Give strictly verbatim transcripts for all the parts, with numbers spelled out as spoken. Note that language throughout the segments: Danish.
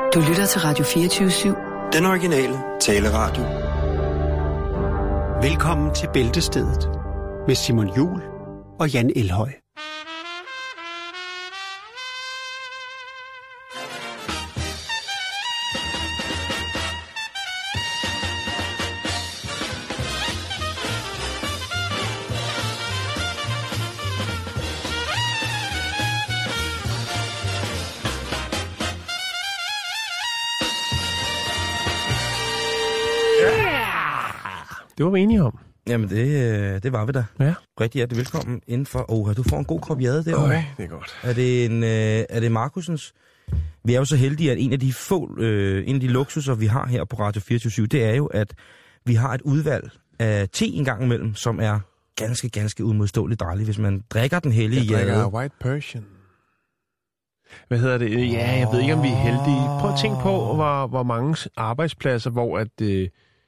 Du lytter til Radio fireogtyve syv. Den originale taleradio. Velkommen til Bæltestedet med Simon Juhl og Jan Elhøj. Det var vi enige om. Jamen, det, det var vi da. Ja. Rigtig hjertelig velkommen indenfor. Åh, oh, du får en god kop jade derovre. Okay, det er godt. Er det, en, øh, er det Markusens? Vi er jo så heldige, at en af de få, øh, en af de luksuser, vi har her på Radio fireogtyve syv, det er jo, at vi har et udvalg af te en gang imellem, som er ganske, ganske udmodståeligt dejligt, hvis man drikker den hellige jade. Jeg drikker White Persian. Hvad hedder det? Ja, jeg ved ikke, om vi er heldige. Prøv at tænke på, hvor, hvor mange arbejdspladser, hvor at, øh,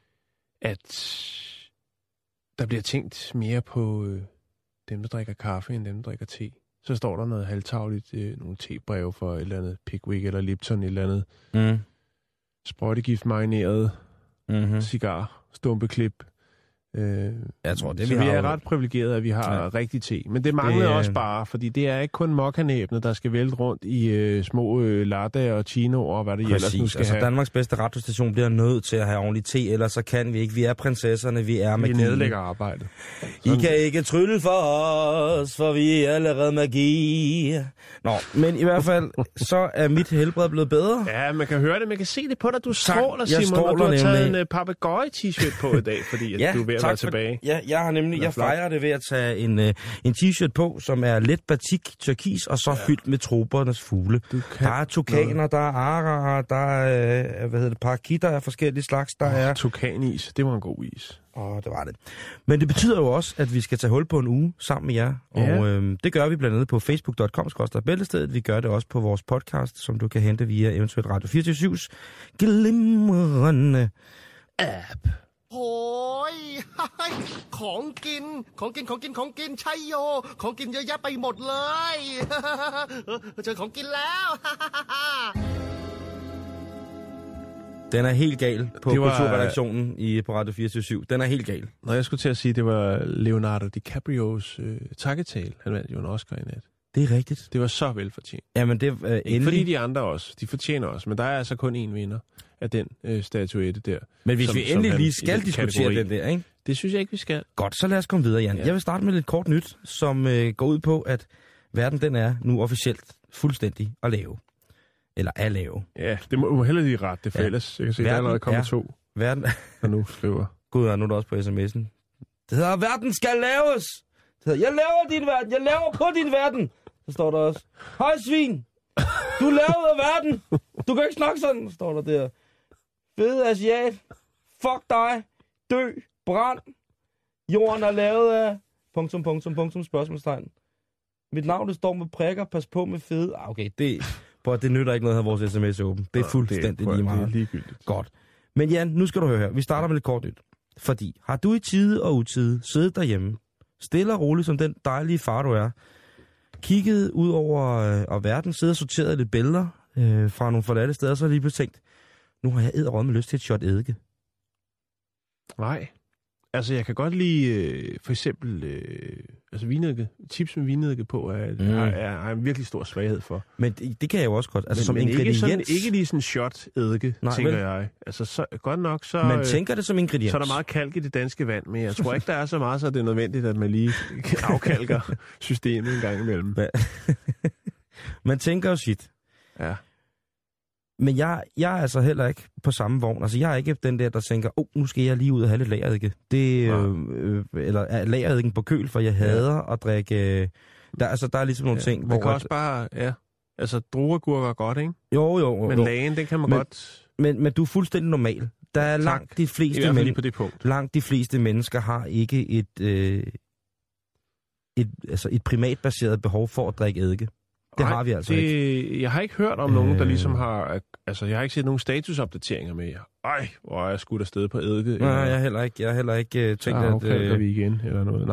at der bliver tænkt mere på øh, dem, der drikker kaffe, end dem, der drikker te. Så står der noget halvtagligt, øh, nogle tebreve for et eller andet Pickwick eller Lipton, et eller andet Mm. sprøjtegift marineret Mm-hmm. cigar, stumpeklip. Øh, Jeg tror, det så vi vi har... er ret privilegerede, at vi har Ja. ja. rigtig te. Men det mangler Det, også bare, fordi det er ikke kun mokkanæbne, der skal vælte rundt i øh, små øh, latte og chinoer og hvad det ellers nu skal altså, have. Danmarks bedste radiostation bliver nødt til at have ordentligt te, ellers så kan vi ikke. Vi er prinsesserne, vi er Vi magien. nedlægger arbejdet. I kan ikke trylle for os, for vi er allerede magi. Nå, men i hvert fald, så er mit helbred blevet bedre. Ja, man kan høre det, man kan se det på dig. Du Tak. stråler, Jeg Simon, stråler og du har taget nemlig. en uh, papegøje-t-shirt på i dag, fordi at Ja, du er ved at tak være for- tilbage. Ja, jeg har nemlig, Det er jeg flot. fejrer det ved at tage en, uh, en t-shirt på, som er let batik turkis, og så ja. fyldt med tropernes fugle. Du kan Der er tukaner, der er araer, der er, uh, hvad hedder det, parakitter af forskellige slags, der er... Tukanis, det var en god is. Åh, det var det. Men det betyder jo også, at vi skal tage hul på en uge sammen med jer. Ja. Og øhm, det gør vi blandt andet på facebook punktum com skråstreg bæltestedet. Vi gør det også på vores podcast, som du kan hente via eventuelt Radio fireogtyve syvs glimrende app. โอ้ย ของกินของกินของกินของกินใช่โยของกินเยอะแยะไปหมดเลย เจอของกินแล้ว Den er helt gal på Det var- kulturredaktionen i, på Radio fireogtyve syv. Den er helt gal. Når jeg skulle til at sige, det var Leonardo DiCaprios øh, takketale. Han vandt jo en Oscar i nat. Det er rigtigt. Det var så velfortjent. Jamen, det er øh, Ikke endelig. fordi de andre også. De fortjener også. Men der er altså kun én vinder af den øh, statuette der. Men hvis som- vi som endelig han lige i skal den diskutere kategori. den der, ikke? Det synes jeg ikke, vi skal. Godt, så lad os komme videre, Jan. Ja. Jeg vil starte med lidt kort nyt, som øh, går ud på, at verden den er nu officielt fuldstændig at lave. Eller at lave. Ja, det må, må heller lige ret. Det er Ja. fælles. Jeg kan se, der er Verden allerede kommet er- to, Verden... der nu skriver. Gud, er nu er der også på sms'en. Det hedder, verden skal laves. Det hedder, jeg laver din verden. Jeg laver på din verden. Så står der også, hej svin. Du lavede verden. Du kan ikke snakke sådan, står der der. Fede asiat. Fuck dig. Dø. Brand. Jorden er lavet af... Punktum, punktum, punktum, spørgsmålstegn. Mit navn, det står med prikker. Pas på med fede... Ah, okay, det... Prøv, det nytter ikke noget at have vores sms åben. Det er fuldstændig prøv, lige Det er meget. ligegyldigt. Godt. Men Jan, nu skal du høre her. Vi starter med lidt kort nyt. Fordi, har du i tide og utide siddet derhjemme, stille og roligt som den dejlige far, du er, kigget ud over øh, og verden, siddet og sorteret lidt billeder øh, fra nogle forladte steder, så har jeg lige pludselig tænkt, nu har jeg edderrømme lyst til et shot eddike. Nej. Altså, jeg kan godt lide øh, for eksempel øh, altså vinedike. Chips med vinedike på er, Mm. mm. er, er, er en virkelig stor svaghed for. Men det, det kan jeg jo også godt. Altså men, som men ikke, ingrediens. sådan, ikke lige sådan shot eddike, Nej, tænker vel? jeg. Altså, så, godt nok, så, Man øh, tænker det som ingrediens. så er der meget kalk i det danske vand, men jeg tror ikke, der er så meget, så det er nødvendigt, at man lige afkalker systemet en gang imellem. Man tænker jo sit. Ja. Men jeg, jeg er altså heller ikke på samme vogn. Altså, jeg er ikke den der, der tænker, åh, oh, nu skal jeg lige ud og have lidt lageredike. Det, Ja. øh, øh, eller er lageredikken på køl, for jeg hader ja. at drikke... Øh, der, altså, der er ligesom nogle Ja. ting, Det hvor... kan også bare, ja. Altså, drueagurker er godt, ikke? Jo, jo, jo. Men jo. lagen, den kan man Men- godt... Men, men du er fuldstændig normal. Der er Tak. langt de I fleste, hvert fald men, lige på det punkt. langt de fleste mennesker har ikke et, øh, et, altså et primatbaseret behov for at drikke eddike. Det Nej, har vi altså det, ikke. Jeg har ikke hørt om nogen, der Øh. ligesom har... Altså, jeg har ikke set nogen statusopdateringer med. Ej, hvor er jeg skudt afsted på eddike. Nej, jeg har heller ikke, jeg har heller ikke uh, tænkt, tænkt, at... at... Øh, vi igen, eller noget. Nej.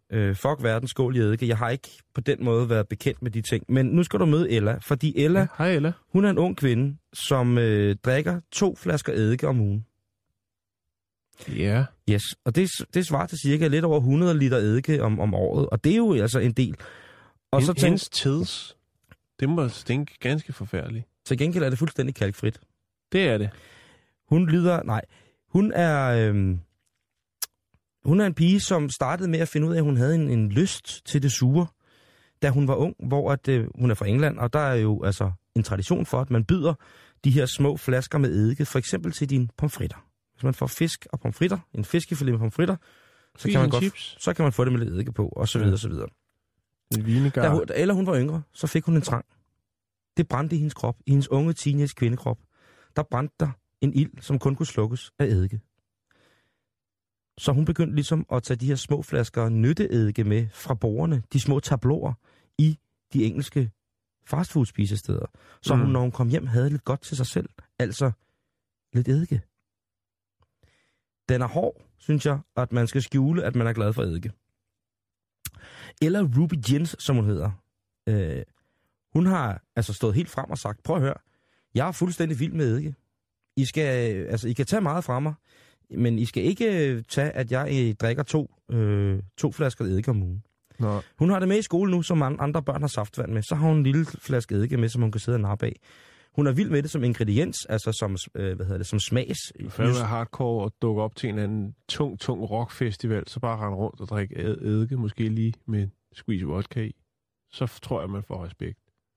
Øh, fuck verden, skål i eddike. Jeg har ikke på den måde været bekendt med de ting. Men nu skal du møde Ella, fordi Ella, Ja, hej Ella. hun er en ung kvinde, som øh, drikker to flasker eddike om ugen. Ja. Yes, og det, det svarer til cirka lidt over hundrede liter eddike om, om året, og det er jo altså en del. Og så tænk, Hendes tids, det må stinke ganske forfærdeligt. til gengæld er det fuldstændig kalkfrit. Det er det. Hun lider, nej, hun er, øhm, hun er en pige, som startede med at finde ud af, at hun havde en, en lyst til det sure, da hun var ung, hvor at, øh, hun er fra England, og der er jo altså en tradition for, at man byder de her små flasker med eddike, for eksempel til dine pomfritter. Hvis man får fisk og pomfritter, en fiskefilet med pomfritter, så kan, man godt, chips. så kan man få det med lidt eddike på, og så videre, Ja. og så videre. En vinegar. Da hun, eller hun var yngre, så fik hun en trang. Det brændte i hendes krop, i hendes unge teenage kvindekrop. Der brændte der en ild, som kun kunne slukkes af eddike. Så hun begyndte ligesom at tage de her små flasker nytteeddike med fra bordene, de små tabloer i de engelske fastfood-spisesteder. Så Mm. hun, når hun kom hjem, havde lidt godt til sig selv. Altså lidt eddike. Den er hård, synes jeg, at man skal skjule, at man er glad for eddike. Eller Ruby Jens, som hun hedder. Øh, hun har altså stået helt frem og sagt, prøv at høre, jeg er fuldstændig vild med eddike. I skal, altså, I kan tage meget fra mig, men I skal ikke tage, at jeg øh, drikker to, øh, to flasker eddike om ugen. Nå. Hun har det med i skole nu, som andre børn har saftvand med. Så har hun en lille flaske eddike med, som hun kan sidde og nappe af. Hun er vild med det som ingrediens, altså som, øh, hvad hedder det, som smags. Før være hardcore og dukke op til en eller anden tung, tung rockfestival, så bare rende rundt og drikke ed- eddike, måske lige med squeeze vodka i. Så tror jeg, man får respekt.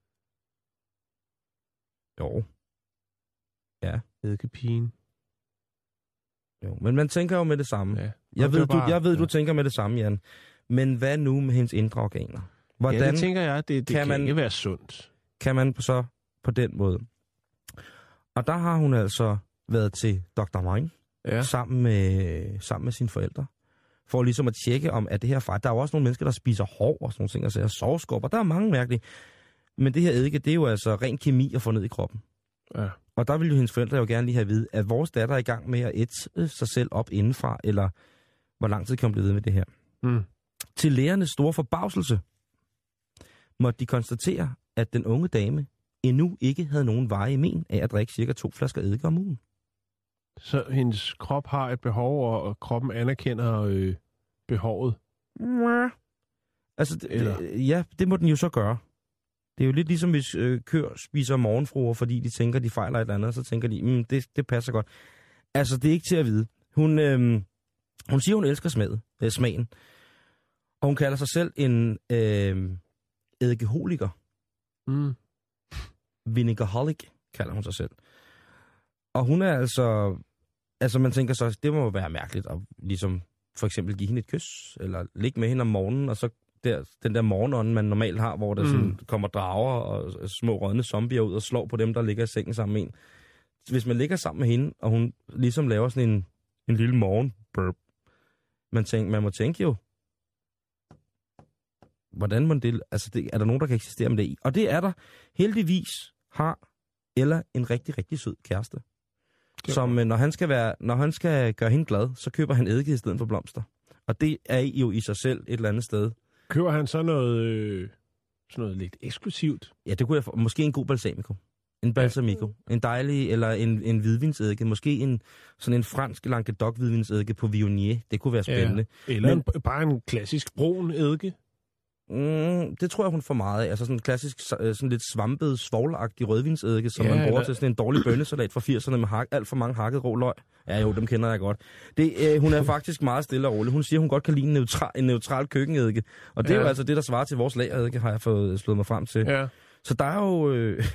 Jo. Ja. Eddikepigen. Jo, men man tænker jo med det samme. Ja. Jeg Og ved, det er du, bare- jeg ved ja. du tænker med det samme, Jan. Men hvad nu med hendes indre organer? Hvordan Ja, det tænker jeg, det, det kan kan, man- man... ikke være sundt. kan man så på den måde? Og der har hun altså været til doktor Mine, Ja. sammen med, sammen med sine forældre, for ligesom at tjekke, om at det her fejl. Der er jo også nogle mennesker, der spiser hår og sådan nogle ting, og så soveskubber. Der er mange mærkelige. Men det her eddike, det er jo altså ren kemi at få ned i kroppen. Ja. Og der vil jo hendes forældre jo gerne lige have at vide, at vores datter er i gang med at ætse sig selv op indenfra, eller hvor lang tid kan hun blive ved med det her. Mm. Til lægernes store forbavselse måtte de konstatere, at den unge dame endnu ikke havde nogen veje men af at drikke cirka to flasker eddike om ugen. Så hendes krop har et behov, og, og kroppen anerkender øh, behovet. Altså, det, Eller? det, ja, det må den jo så gøre. Det er jo lidt ligesom, hvis øh, køer spiser morgenfruer, fordi de tænker, de fejler et eller andet, og så tænker de, mm, det, det passer godt. Altså, det er ikke til at vide. Hun, øh, hun siger, hun elsker smaget, øh, smagen. Og hun kalder sig selv en øh, eddikeholiker. Mm. Vinegarholic, kalder hun sig selv. Og hun er altså... Altså, man tænker så, det må være mærkeligt at ligesom for eksempel give hende et kys, eller ligge med hende om morgenen, og så der, den der morgenånden, man normalt har, hvor der mm. sådan kommer drager og små rådne zombier ud og slår på dem, der ligger i sengen sammen med en. Hvis man ligger sammen med hende, og hun ligesom laver sådan en, en lille morgen burp, man, tænker, man må tænke jo, hvordan må det, altså det, er der nogen, der kan eksistere med det i? Og det er der. Heldigvis har Ella en rigtig, rigtig sød kæreste. Som når han skal være, når han skal gøre hende glad, så køber han eddike i stedet for blomster. Og det er jo i sig selv et eller andet sted. Køber han så noget, øh, sådan noget lidt eksklusivt? Ja, det kunne jeg få. Måske en god balsamico. En balsamico. En dejlig, eller en, en hvidvinseddike. Måske en, sådan en fransk Languedoc hvidvinseddike på Viognier. Det kunne være spændende. Ja. Eller Men, en, bare en klassisk brun eddike? mm, det tror jeg, hun får meget af. Altså sådan en klassisk, sådan lidt svampet, svovlagtig rødvinseddike, som ja, man bruger eller... til sådan en dårlig bønnesalat fra firserne med hak, alt for mange hakket rå løg. Ja jo, dem kender jeg godt. Det, øh, hun er faktisk meget stille og rolig. Hun siger, hun godt kan lide en neutral, en neutral køkkeneddike. Og det ja. er jo altså det, der svarer til vores lagereddike, har jeg fået slået mig frem til. Ja. Så der er jo... Øh,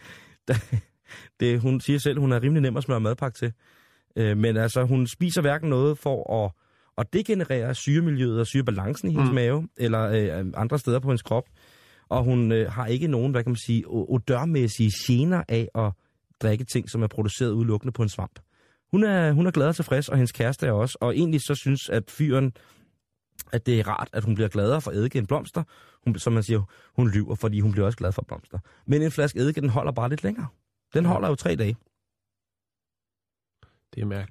det, hun siger selv, hun er rimelig nem at smøre madpakke til. Øh, men altså, hun spiser hverken noget for at, at degenerere syremiljøet og syrebalancen i hendes mm. mave, eller øh, andre steder på hendes krop. Og hun øh, har ikke nogen, hvad kan man sige, odørmæssige gener af at drikke ting, som er produceret udelukkende på en svamp. Hun er, hun er glad og tilfreds, og hendes kæreste er også. Og egentlig så synes, at fyren, at det er rart, at hun bliver gladere for eddike end blomster. Hun, som man siger, hun lyver, fordi hun bliver også glad for blomster. Men en flaske eddike, den holder bare lidt længere. Den holder jo tre dage. Det er mærkeligt.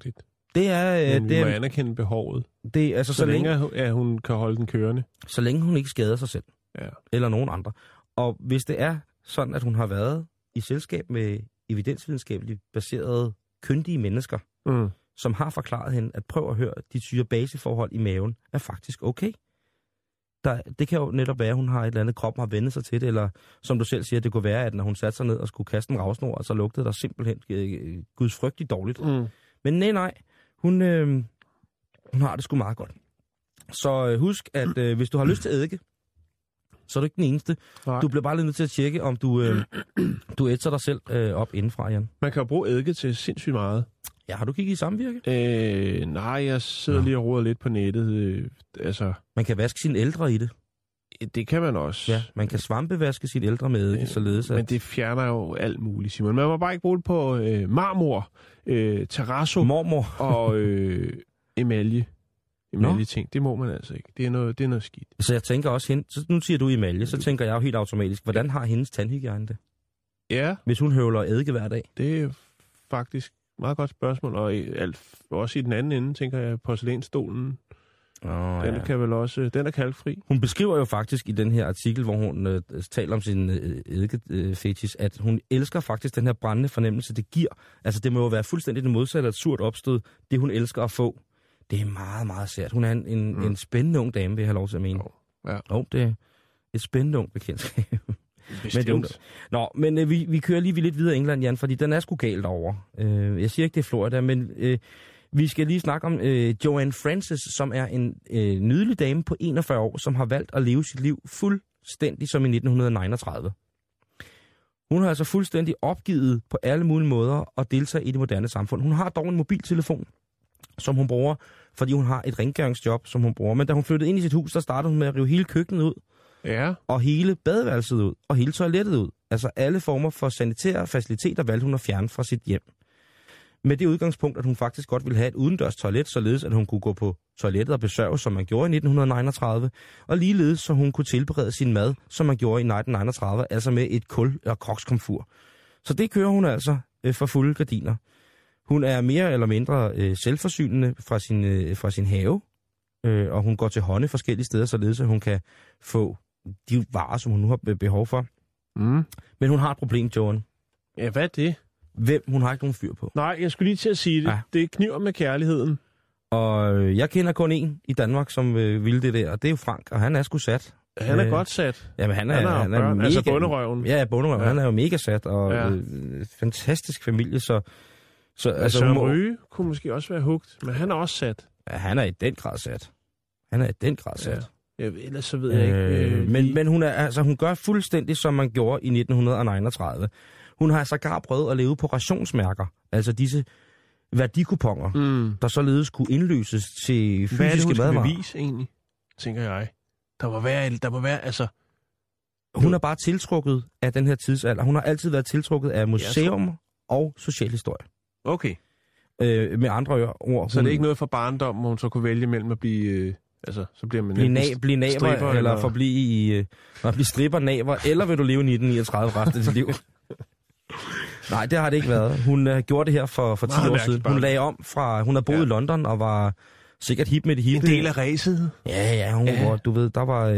Det er... Men vi det må er, anerkende behovet. det, altså, Så, så, så længe, længe at hun kan holde den kørende. så længe hun ikke skader sig selv. Ja. Eller nogen andre. Og hvis det er sådan, at hun har været i selskab med evidensvidenskabeligt baserede, kyndige mennesker, Mm. som har forklaret hende, at prøv at høre, de syre-base-forhold i maven er faktisk okay. Der, det kan jo netop være, at hun har et eller andet krop, har vendt sig til det, eller som du selv siger, det kunne være, at når hun satte sig ned og skulle kaste en ravsnor, så lugtede der simpelthen øh, gudsfrygteligt dårligt. Mm. Men nej, nej, hun, øh, hun har det sgu meget godt. Så øh, husk, at øh, hvis du har lyst til eddike, så er du ikke den eneste. Nej. Du bliver bare lige nødt til at tjekke, om du, øh, du ætser dig selv øh, op indenfra, Jan. Man kan jo bruge eddike til sindssygt meget. Ja, har du kigget i samvirke? Øh, nej, jeg sidder Nå. lige og roder lidt på nettet. Øh, altså, Man kan vaske sine ældre i det. det kan man også. Ja, man kan svampevaske sine ældre med eddike, Øh, således at... Men det fjerner jo alt muligt, Simon. Man må bare ikke bruge det på øh, marmor, øh, terrasso Mormor. og øh, emalje. Emalje-ting, det må man altså ikke. Det er noget, det er noget skidt. Så jeg tænker også hende... Så nu siger du emalje, så tænker jeg jo helt automatisk, hvordan har hendes tandhygiejne det? Ja, Hvis hun høvler eddike hver dag? det er faktisk et meget godt spørgsmål. Og i, alt, også i den anden ende, tænker jeg, porcelænsstolen. Oh, Den ja. kan vel også, den er kalkfri. Hun beskriver jo faktisk i den her artikel, hvor hun øh, taler om sin øh, eddike-fetis, at hun elsker faktisk den her brændende fornemmelse, det giver. Altså det må jo være fuldstændig det modsatte af et surt opstød, det hun elsker at få. Det er meget, meget sært. Hun er en, en, mm. en spændende ung dame, vil jeg have lov til at mene. Ja. Jo, oh, det er et spændende ung bekendtskab. Bestemt. Men det, nå, men øh, vi, vi kører lige lidt videre i England, Jan, fordi den er sgu galt over. Øh, jeg siger ikke, det er Florida, men øh, vi skal lige snakke om øh, Joanne Francis, som er en øh, nydelig dame på enogfyrre år, som har valgt at leve sit liv fuldstændig som i nitten niogtredive. Hun har altså fuldstændig opgivet på alle mulige måder at deltage i det moderne samfund. Hun har dog en mobiltelefon, som hun bruger, fordi hun har et rengøringsjob, som hun bruger. Men da hun flyttede ind i sit hus, der startede hun med at rive hele køkkenet ud, Ja. og hele badeværelset ud, og hele toilettet ud. Altså alle former for sanitære faciliteter valgte hun at fjerne fra sit hjem. Med det udgangspunkt, at hun faktisk godt ville have et udendørs toilet, således at hun kunne gå på toilettet og besørge, som man gjorde i nitten niogtredive, og ligeledes så hun kunne tilberede sin mad, som man gjorde i nitten niogtredive, altså med et kul- og kokskomfur. Så det kører hun altså øh, for fulde gardiner. Hun er mere eller mindre øh, selvforsynende fra sin, øh, fra sin have, øh, og hun går til hånde forskellige steder, således at hun kan få de varer, som hun nu har behov for. Mm. Men hun har et problem, Joan. Ja, hvad er det? Hvem? Hun har ikke nogen fyr på. Nej, jeg skulle lige til at sige det. Ja. Det er kniver med kærligheden. Og øh, jeg kender kun en i Danmark, som øh, ville det der, og det er jo Frank, og han er sgu sat. Han er Øh, godt sat. Jamen, han er, Han har han er børn, mega... altså bonderøven. Ja, bonderøven. Ja. Ja. Han er jo mega sat, og Ja. ja. øh, fantastisk familie, så... så Altså, hun Søren må- Ryge kunne måske også være hugt, men han er også sat. Ja, han er i den grad sat. Han er i den grad sat. Ja. Jeg, ellers så ved jeg ikke. Øh, Øh, men, lige- men hun, er, altså, hun gør fuldstændig, som man gjorde i nitten niogtredive. Hun har sågar prøvet at leve på rationsmærker, altså disse værdikuponger, Mm. der således kunne indløses til Hvad er det, fysiske hun skal madvarer. bevise, egentlig? Tænker jeg. Der må være, der må være, altså... Hun er bare tiltrukket af den her tidsalder. Hun har altid været tiltrukket af museum og socialhistorie. Okay. Øh, med andre ord. Så hun, det er ikke noget for barndommen, hvor hun så kunne vælge mellem at blive... Øh, altså, så bliver man... Blive, enten na- blive naver, stripper, eller, eller- forblive i... Øh, at blive stripper, naver, eller vil du leve i nitten niogtredive resten af dit liv? Nej, det har det ikke været. Hun uh, gjorde det her for, for ti Meget år mærkeligt siden. barn. Hun lagde om fra... Hun har boet Ja. i London og var sikkert hip med det En hippe. del af ræset. Ja, ja, hun Ja. var... Du ved, der var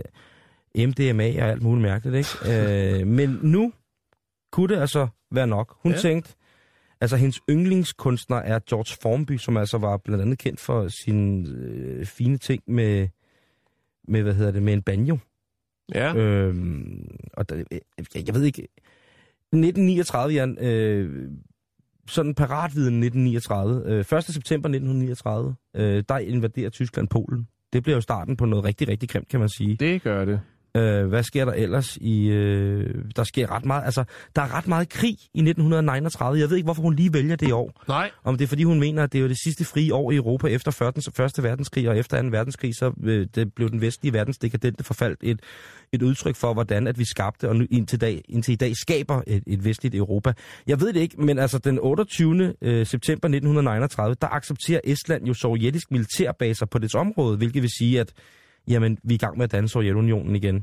øh, M D M A og alt muligt mærkeligt, ikke? øh, men nu kunne det altså være nok. Hun Ja. ja. tænkte... Altså, hendes yndlingskunstner er George Formby, som altså var blandt andet kendt for sine øh, fine ting med... Med, hvad hedder det? Med en banjo. Ja. Øhm, og der, jeg, jeg ved ikke... nitten niogtredive, Jan, øh, sådan paratviden nitten niogtredive, øh, første september nitten niogtredive, øh, der invaderer Tyskland Polen. Det bliver jo starten på noget rigtig, rigtig grimt, kan man sige. Det gør det. Øh, hvad sker der ellers i... Øh, der sker ret meget... Altså, der er ret meget krig i nitten niogtredive. Jeg ved ikke, hvorfor hun lige vælger det år. Nej. Om det er, fordi hun mener, at det er jo det sidste frie år i Europa efter første verdenskrig, og efter anden verdenskrig, så øh, det blev den vestlige verdens dekadente forfald et, et udtryk for, hvordan at vi skabte, og nu indtil, dag, indtil i dag skaber et, et vestligt Europa. Jeg ved det ikke, men altså den otteogtyvende september nitten niogtredive, der accepterer Estland jo sovjetisk militærbaser på dets område, hvilket vil sige, at jamen, vi er i gang med at danne Sovjetunionen igen.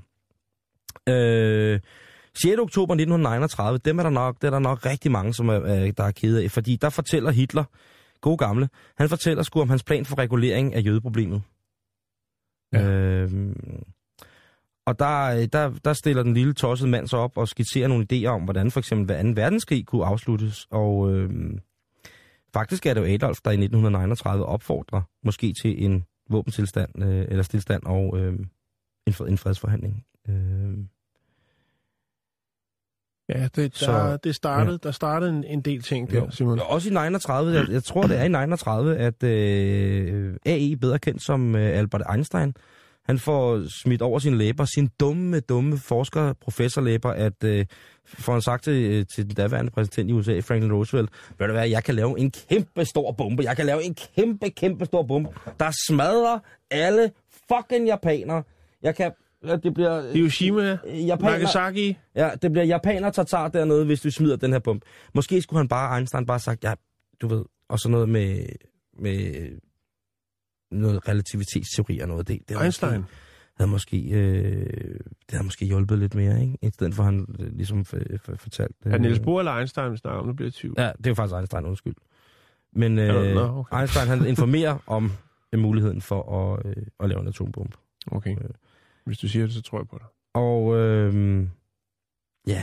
Øh, sjette oktober nitten niogtredive, dem er der nok, der er der nok rigtig mange, som er, der er kede af, fordi der fortæller Hitler gode gamle, han fortæller sgu om hans plan for regulering af jødeproblemet. Ja. Øhm, og der, der, der stiller den lille tossede mand sig op og skitserer nogle idéer om, hvordan for eksempel anden verdenskrig kunne afsluttes. Og øhm, faktisk er det jo Adolf, der i nitten enogtredive opfordrer måske til en våbentilstand, øh, eller stillstand og øh, en, fred, en fredsforhandling. Øh. Ja, det, der, så, det startede, ja. der startede en, en del ting der, Simon. Også i nitten enogtredive, jeg, jeg tror det er i nitten enogtredive, at øh, A E, bedre kendt som øh, Albert Einstein, han får smidt over sine læber, sine dumme, dumme forsker, professorlæber, at øh, får han sagt til, til den daværende præsident i U S A, Franklin Roosevelt, ved du hvad, jeg kan lave en kæmpe stor bombe, jeg kan lave en kæmpe, kæmpe stor bombe, der smadrer alle fucking japanere. Jeg kan, det bliver... Hiroshima, japaner, Nagasaki. Ja, det bliver japaner tatar dernede, hvis du smider den her bombe. Måske skulle han bare, Einstein bare sagt, ja, du ved, og så noget med... med noget relativitetsteori og noget. Det, det Einstein måske, havde måske, øh, det havde måske hjulpet lidt mere, ikke? I stedet for han øh, ligesom f- f- fortalt... Øh, er det Niels Bohr eller Einstein, vi snakker om? Det bliver tvivl. Ja, det er jo faktisk Einstein, undskyld. Men øh, Nå, okay. Einstein, han informerer om øh, muligheden for at, øh, at lave en atombombe. Okay. Øh. Hvis du siger det, så tror jeg på dig. Og øh, ja...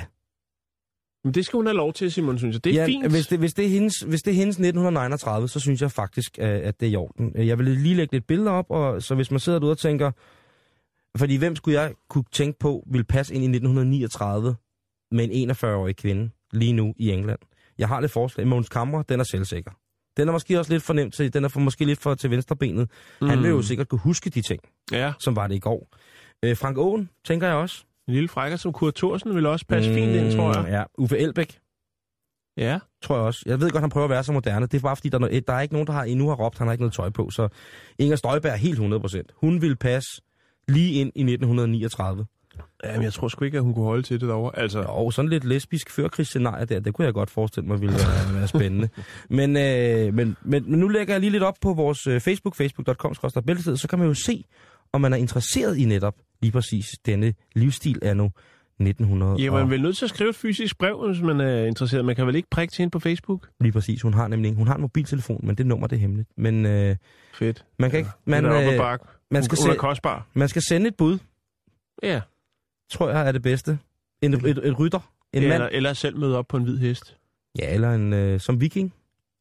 Men det skal hun have lov til, Simon, synes jeg. Det er ja, fint. Hvis det, hvis, det er hendes, hvis det er hendes nitten enogtredive, så synes jeg faktisk, at det er i orden. Jeg vil lige lægge lidt billeder op, og så hvis man sidder derude og tænker... Fordi hvem skulle jeg kunne tænke på, ville passe ind i nitten niogtredive med en enogfyrre-årig kvinde lige nu i England? Jeg har lidt forslag. Mogens Camre, den er selvsikker. Den er måske også lidt for nemt til, den er for, måske lidt for til venstrebenet. Mm. Han vil jo sikkert kunne huske de ting, ja. som var det i går. Øh, Frank Aaen, tænker jeg også. En lille frækker som Kurt Thorsen vil også passe mm, fint ind, tror jeg. Ja, Uffe Elbæk. Ja. Tror jeg også. Jeg ved godt, han prøver at være så moderne. Det er bare fordi, der er, noget, der er ikke nogen, der har endnu har råbt, han har ikke noget tøj på. Så Inger Støjberg helt hundrede procent. Hun ville passe lige ind i nitten niogtredive. Jamen, jeg tror sgu ikke, at hun kunne holde til det derovre. Altså... Og sådan lidt lesbisk førkrigsscenarie der, det kunne jeg godt forestille mig ville være, være spændende. men, øh, men, men, men nu lægger jeg lige lidt op på vores øh, Facebook, facebook punktum com skråstreg bæltestedet, så kan man jo se, om man er interesseret i netop lige præcis denne livsstil er nu nitten hundrede. Ja, man er vel nødt til at skrive et fysisk brev, hvis man er interesseret. Man kan vel ikke prikke til hende på Facebook? Lige præcis. Hun har nemlig hun har en mobiltelefon, men det nummer det er hemmeligt. Men øh, fedt. Man kan ikke man, øh, man skal se, kostbar. Man skal sende et bud. Ja. Tror jeg er det bedste. En, et, et, et rytter. En ja, mand. Eller, eller selv møde op på en hvid hest. Ja, eller en øh, som viking.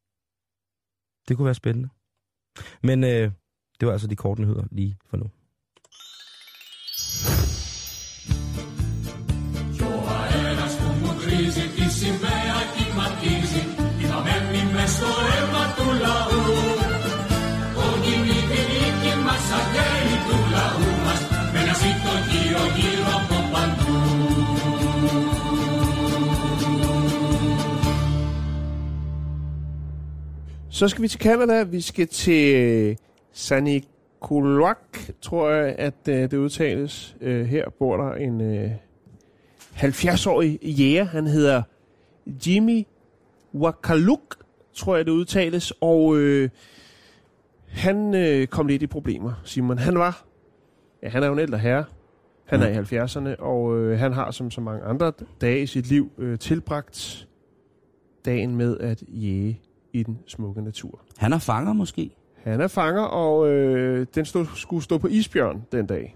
Det kunne være spændende. Men øh, det var altså de korte nyheder lige for nu. Så skal vi til Canada. Vi skal til Saniquolag, tror jeg, at uh, det udtales. Uh, her bor der en uh, halvfjerds-årig jæger. Han hedder Jimmy Wakaluk, tror jeg, det udtales. Og uh, han uh, kom lidt i problemer, Simon. Han var, ja, han er jo en ældre herre. Han mm. er i halvfjerdserne, og uh, han har som så mange andre dage i sit liv uh, tilbragt dagen med at jæge i den smukke natur. Han er fanger måske? Han er fanger, og øh, den stod, skulle stå på isbjørn den dag.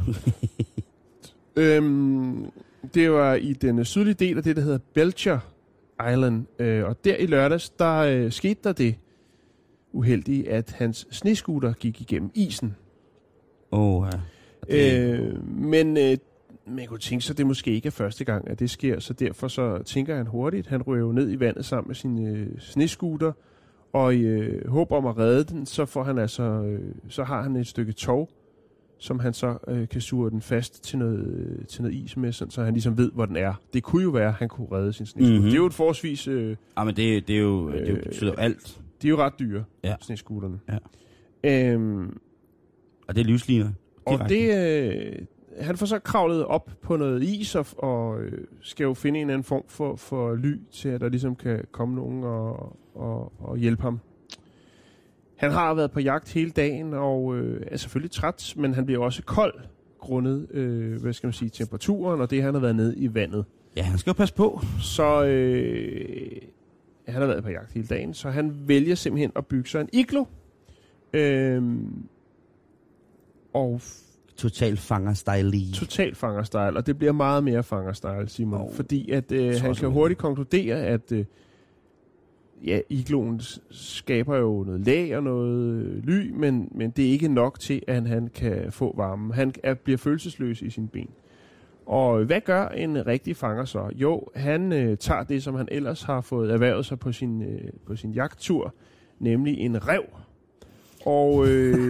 øhm, det var i den sydlige del af det, der hedder Belcher Island. Øh, og der i lørdags, der øh, skete der det uheldige, at hans snescooter gik igennem isen. Åh, oh, ja. Øh, men øh, man kunne tænke sig, at det måske ikke er første gang, at det sker, så derfor så tænker han hurtigt. Han ryger jo ned i vandet sammen med sin øh, snescooter, og i øh, håb om at redde den, så får han altså, øh, så har han et stykke tov, som han så øh, kan sure den fast til noget, øh, til noget is med, så han ligesom ved, hvor den er. Det kunne jo være, at han kunne redde sin snescooter. Mm-hmm. Det er jo et forsvis... Øh, ja, men det, det er jo øh, det betyder alt. De er jo ret dyre, ja. Snescooterne. Ja. Øhm, og det er livsliner. Og det... Øh, han får så kravlet op på noget is, og, og øh, skal jo finde en eller anden form for, for ly, til at der ligesom kan komme nogen og, og, og hjælpe ham. Han har været på jagt hele dagen, og øh, er selvfølgelig træt, men han bliver også kold, grundet, øh, hvad skal man sige, temperaturen, og det han har været nede i vandet. Ja, han skal jo passe på. Så øh, han har været på jagt hele dagen, så han vælger simpelthen at bygge sig en iglo. Øhm, og Total fanger-style. Total fanger-style, og det bliver meget mere fanger-style, Simon. Oh, fordi at øh, han kan hurtigt konkludere, at øh, ja, igloen skaber jo noget lag og noget øh, ly, men, men det er ikke nok til, at han, han kan få varme. Han er, bliver følelsesløs i sine ben. Og hvad gør en rigtig fanger så? Jo, han øh, tager det, som han ellers har fået erhvervet sig på sin, øh, på sin jagttur, nemlig en ræv. Og øh,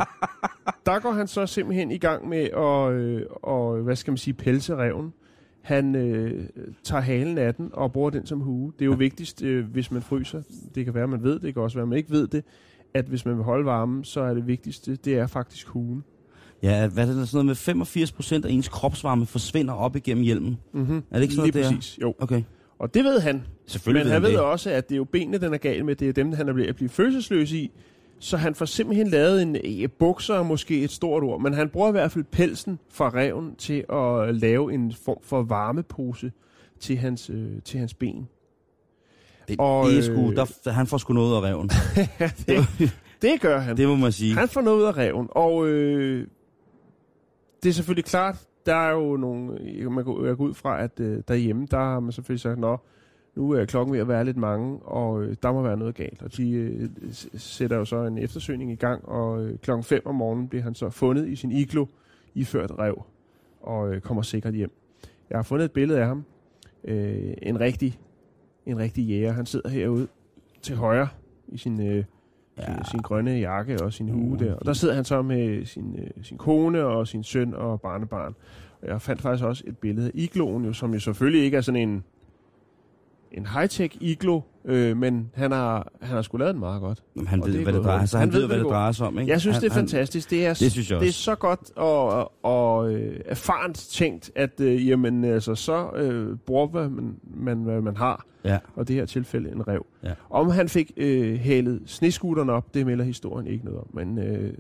der går han så simpelthen i gang med at, øh, og, hvad skal man sige, pelse ræven. Han øh, tager halen af den og bruger den som hue. Det er jo ja. vigtigst, øh, hvis man fryser. Det kan være, man ved det. Det kan også være, man ikke ved det. At hvis man vil holde varmen, så er det vigtigste, det er faktisk huen. Ja, hvad er det sådan noget med femogfirs procent af ens kropsvarme forsvinder op igennem hjelmen? Mm-hmm. Er det ikke sådan Lige noget, præcis, jo. Okay. Og det ved han. Selvfølgelig Men ved han han ved det. også, at det er jo benene, den er gal med. Det er dem, han er ved at blive følelsesløs i. Så han får simpelthen lavet en ja, bukser, måske et stort ord, men han bruger i hvert fald pelsen fra ræven til at lave en form for varmepose til hans, øh, til hans ben. Det, og, det er sgu, der, han får sgu noget af ræven. det, det gør han. Det må man sige. Han får noget af ræven, og øh, det er selvfølgelig klart, der er jo nogle, man går, jeg går ud fra, at øh, derhjemme, der har man selvfølgelig sagt, nå, nu er klokken ved at være lidt mange, og øh, der må være noget galt. Og de øh, sætter jo så en eftersøgning i gang, og øh, klokken fem om morgenen bliver han så fundet i sin iglo, iført ræv, og øh, kommer sikkert hjem. Jeg har fundet et billede af ham. Øh, en rigtig, en rigtig jæger. Han sidder herude til højre i sin, øh, ja. sin grønne jakke og sin hue der. Og der sidder han så med sin, øh, sin kone og sin søn og barnebarn. Og jeg fandt faktisk også et billede af igloen, jo, som jo selvfølgelig ikke er sådan en en high-tech iglo, øh, men han har, han har sgu lavet den meget godt. Jamen, han og ved, det hvad det drejer sig. Han, han ved, hvad det drejer sig om, ikke? Jeg synes, han, det er fantastisk. Det er, det, synes jeg det er så godt og, og øh, erfarent tænkt, at øh, jamen, altså, så øh, bruger man, man, hvad man har. Ja. Og det her tilfælde en ræv. Ja. Om han fik øh, hælet snescooteren op, det melder historien ikke noget om. Men øh,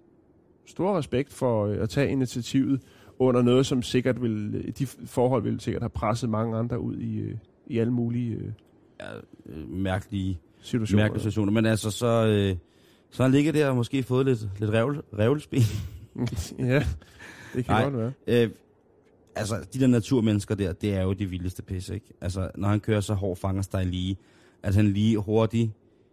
stor respekt for øh, at tage initiativet under noget, som sikkert vil, de forhold ville sikkert have presset mange andre ud i... Øh, i alle mulige øh, ja, mærkelige situationer. Mærkelige situationer. Men altså, så, øh, så han ligger der og måske fået lidt, lidt revl, revlespil. Ja, det kan Nej, godt være. Øh, altså, de der naturmennesker der, det er jo det vildeste pisse, ikke? Altså, når han kører så hård fangerstyle lige, at han lige hurtigt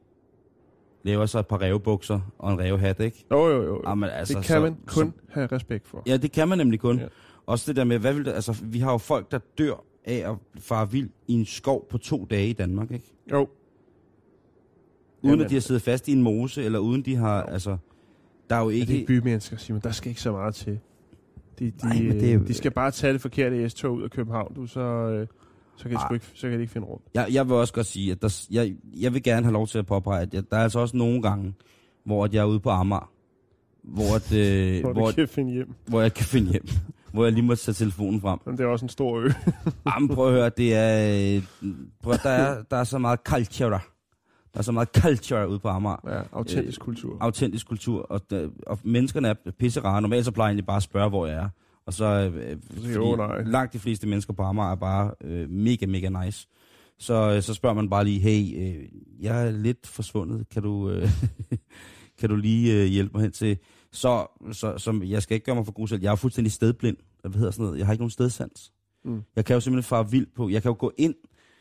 laver sig et par rævebukser og en rævehat, ikke? Jo, jo, jo. Jamen, altså, det kan så, man kun så, have respekt for. Ja, det kan man nemlig kun. Ja. Også det der med, hvad vil det, altså, vi har jo folk, der dør af at fare vild i en skov på to dage i Danmark, ikke? Jo. Uden Jamen, at de har siddet fast i en mose, eller uden de har, jo. altså, der er jo ikke... Ja, det er bymennesker, Simon. Der skal ikke så meget til. De, de, Nej, men det er... de skal bare tage det forkerte S-tog ud af København, du, så, øh, så, kan de sgu ikke, så kan de ikke finde rundt. Jeg, jeg vil også godt sige, at der, jeg, jeg vil gerne have lov til at påpege, at jeg, der er altså også nogle gange, hvor at jeg er ude på Amager, hvor, at, øh, hvor, hvor, kan finde hjem. hvor jeg kan finde hjem. Hvor jeg lige må tage telefonen frem. Men det er også en stor ø. Jamen, prøv at høre, det er... Prøv, der, er der er så meget culture. Der er så meget culture ude på Amager. Ja, autentisk øh, kultur. Autentisk kultur. Og, og menneskerne er pisserare. Normalt så plejer jeg egentlig bare at spørge, hvor jeg er. Og så... Øh, jo, nej. Langt de fleste mennesker på Amager er bare øh, mega, mega nice. Så, så spørger man bare lige, hey, øh, jeg er lidt forsvundet. Kan du, øh, kan du lige øh, hjælpe mig hen til... Så, så, så jeg skal ikke gøre mig for god selv. Jeg er fuldstændig stedblind. Hvad hedder sådan noget? Jeg har ikke nogen stedsans. Mm. Jeg kan jo simpelthen fare vild på... Jeg kan jo gå ind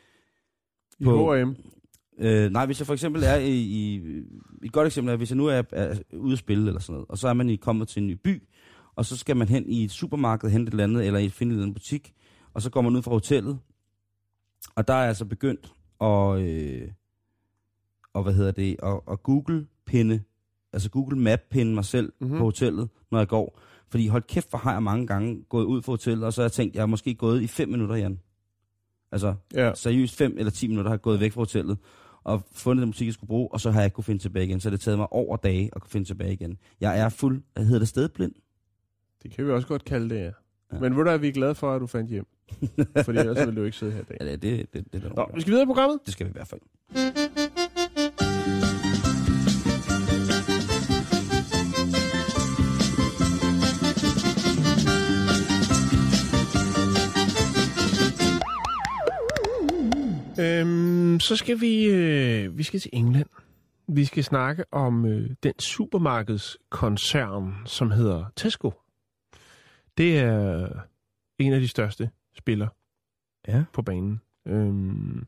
I på... H og M? Øh, nej, hvis jeg for eksempel er i... i et godt eksempel er, hvis jeg nu er, er ude at spille eller sådan noget, og så er man i, kommet til en ny by, og så skal man hen i et supermarked, hente et eller andet, eller i finde en eller anden butik, og så går man ud fra hotellet, og der er altså begyndt at... Øh, og hvad hedder det? At, at Google-pinde... Altså Google Map-pinde mig selv mm-hmm. på hotellet, når jeg går. Fordi hold kæft, hvor har jeg mange gange gået ud fra hotellet, og så har jeg tænkt, jeg har måske gået i fem minutter, Jan. Altså ja. seriøst fem eller ti minutter har jeg gået væk fra hotellet, og fundet den musik, jeg skulle bruge, og så har jeg ikke kunne finde tilbage igen. Så det har taget mig over dage at kunne finde tilbage igen. Jeg er fuld, hvad hedder det, stedblind? Det kan vi også godt kalde det, ja. ja. Men hvor er vi glade for, at du fandt hjem? Fordi ellers ville du ikke sidde her i dag. Ja, det, det, det, det er Nå, vi skal videre i programmet. Det skal vi i hvert fald. Øhm, så skal vi, øh, vi skal til England. Vi skal snakke om øh, den supermarkedskoncern, som hedder Tesco. Det er en af de største spillere ja. på banen. Øhm,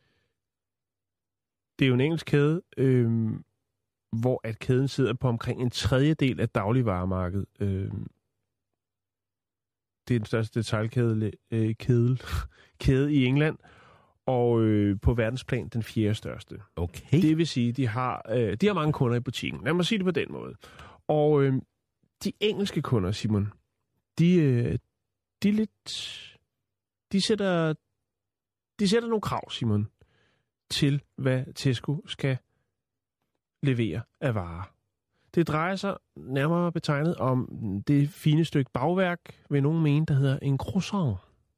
det er jo en engelsk kæde, øhm, hvor at kæden sidder på omkring en tredjedel af dagligvaremarkedet. Øhm, det er den største detailkæde øh, kæde, kæde i England, og øh, på verdensplan den fjerde største. Okay. Det vil sige, de har øh, de har mange kunder i butikken. Lad mig sige det på den måde. Og øh, de engelske kunder, Simon, de, øh, de er lidt... De sætter, de sætter nogle krav, Simon, til hvad Tesco skal levere af varer. Det drejer sig nærmere betegnet om det fine stykke bagværk, vil nogen mene, der hedder en croissant.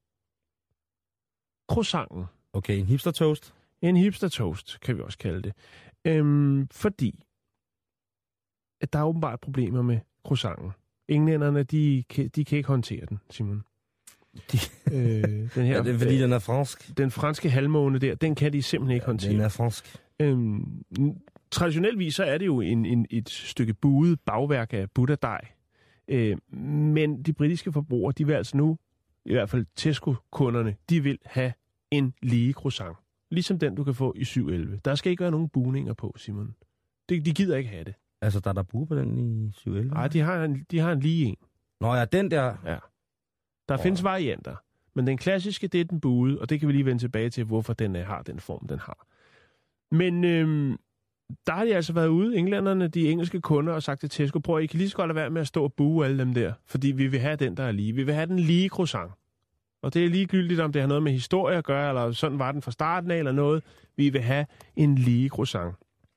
Croissanten. Okay, en hipster toast. En hipster toast, kan vi også kalde det. Øhm, fordi at der er åbenbart problemer med croissanten. Englænderne, de, de kan ikke håndtere den, Simon. De... øh, den her, er det fordi, øh, den er fransk? Den franske halvmåne der, den kan de simpelthen ikke håndtere. Den er fransk. Øhm, traditioneltvis så er det jo en, en, et stykke buet bagværk af butterdej. Øh, men de britiske forbrugere, de vil altså nu, i hvert fald Tesco-kunderne, de vil have en lige croissant. Ligesom den, du kan få i syv elleve. Der skal ikke være nogen bugninger på, Simon. De, de gider ikke have det. Altså, der er der bue på den i syv elleve? Nej, de har en, de har en lige en. Nå ja, den der. Ja. Der oh. findes varianter. Men den klassiske, det er den buede, og det kan vi lige vende tilbage til, hvorfor den er, har den form, den har. Men øhm, der har de altså været ude, englænderne, de engelske kunder, og sagt til Tesco, prøv at I kan lige så godt lade være med at stå og bue alle dem der, fordi vi vil have den, der er lige. Vi vil have den lige croissant. Og det er ligegyldigt, om det har noget med historie at gøre, eller sådan var den fra starten af, eller noget. Vi vil have en lige croissant.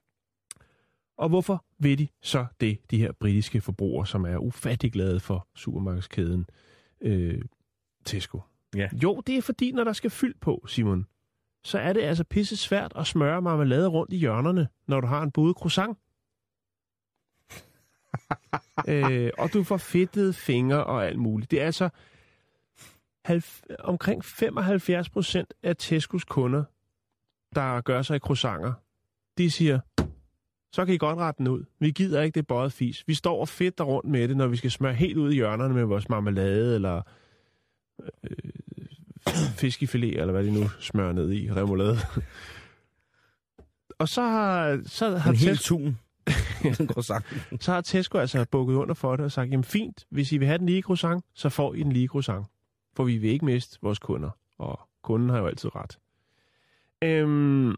Og hvorfor vil de så det, de her britiske forbrugere, som er ufattelig glade for supermarkedskæden øh, Tesco? Ja. Jo, det er fordi, når der skal fyld på, Simon, så er det altså pisse svært at smøre marmelade rundt i hjørnerne, når du har en buet croissant. øh, og du får fedtede fingre og alt muligt. Det er altså halv, omkring femoghalvfjerds procent af Tescos kunder, der gør sig i croissanter. De siger, så kan I godt rette den ud. Vi gider ikke det bøjet fis. Vi står og fedter rundt med det, når vi skal smøre helt ud i hjørnerne med vores marmelade, eller øh, fiskefilet, eller hvad de nu smører ned i, remoulade. Og så har, så har en Tesco... hel tun. Så har Tesco altså bukket under for det og sagt, jamen fint, hvis I vil have den lige croissant, så får I den lige croissant. For vi vil ikke miste vores kunder. Og kunden har jo altid ret. Øhm,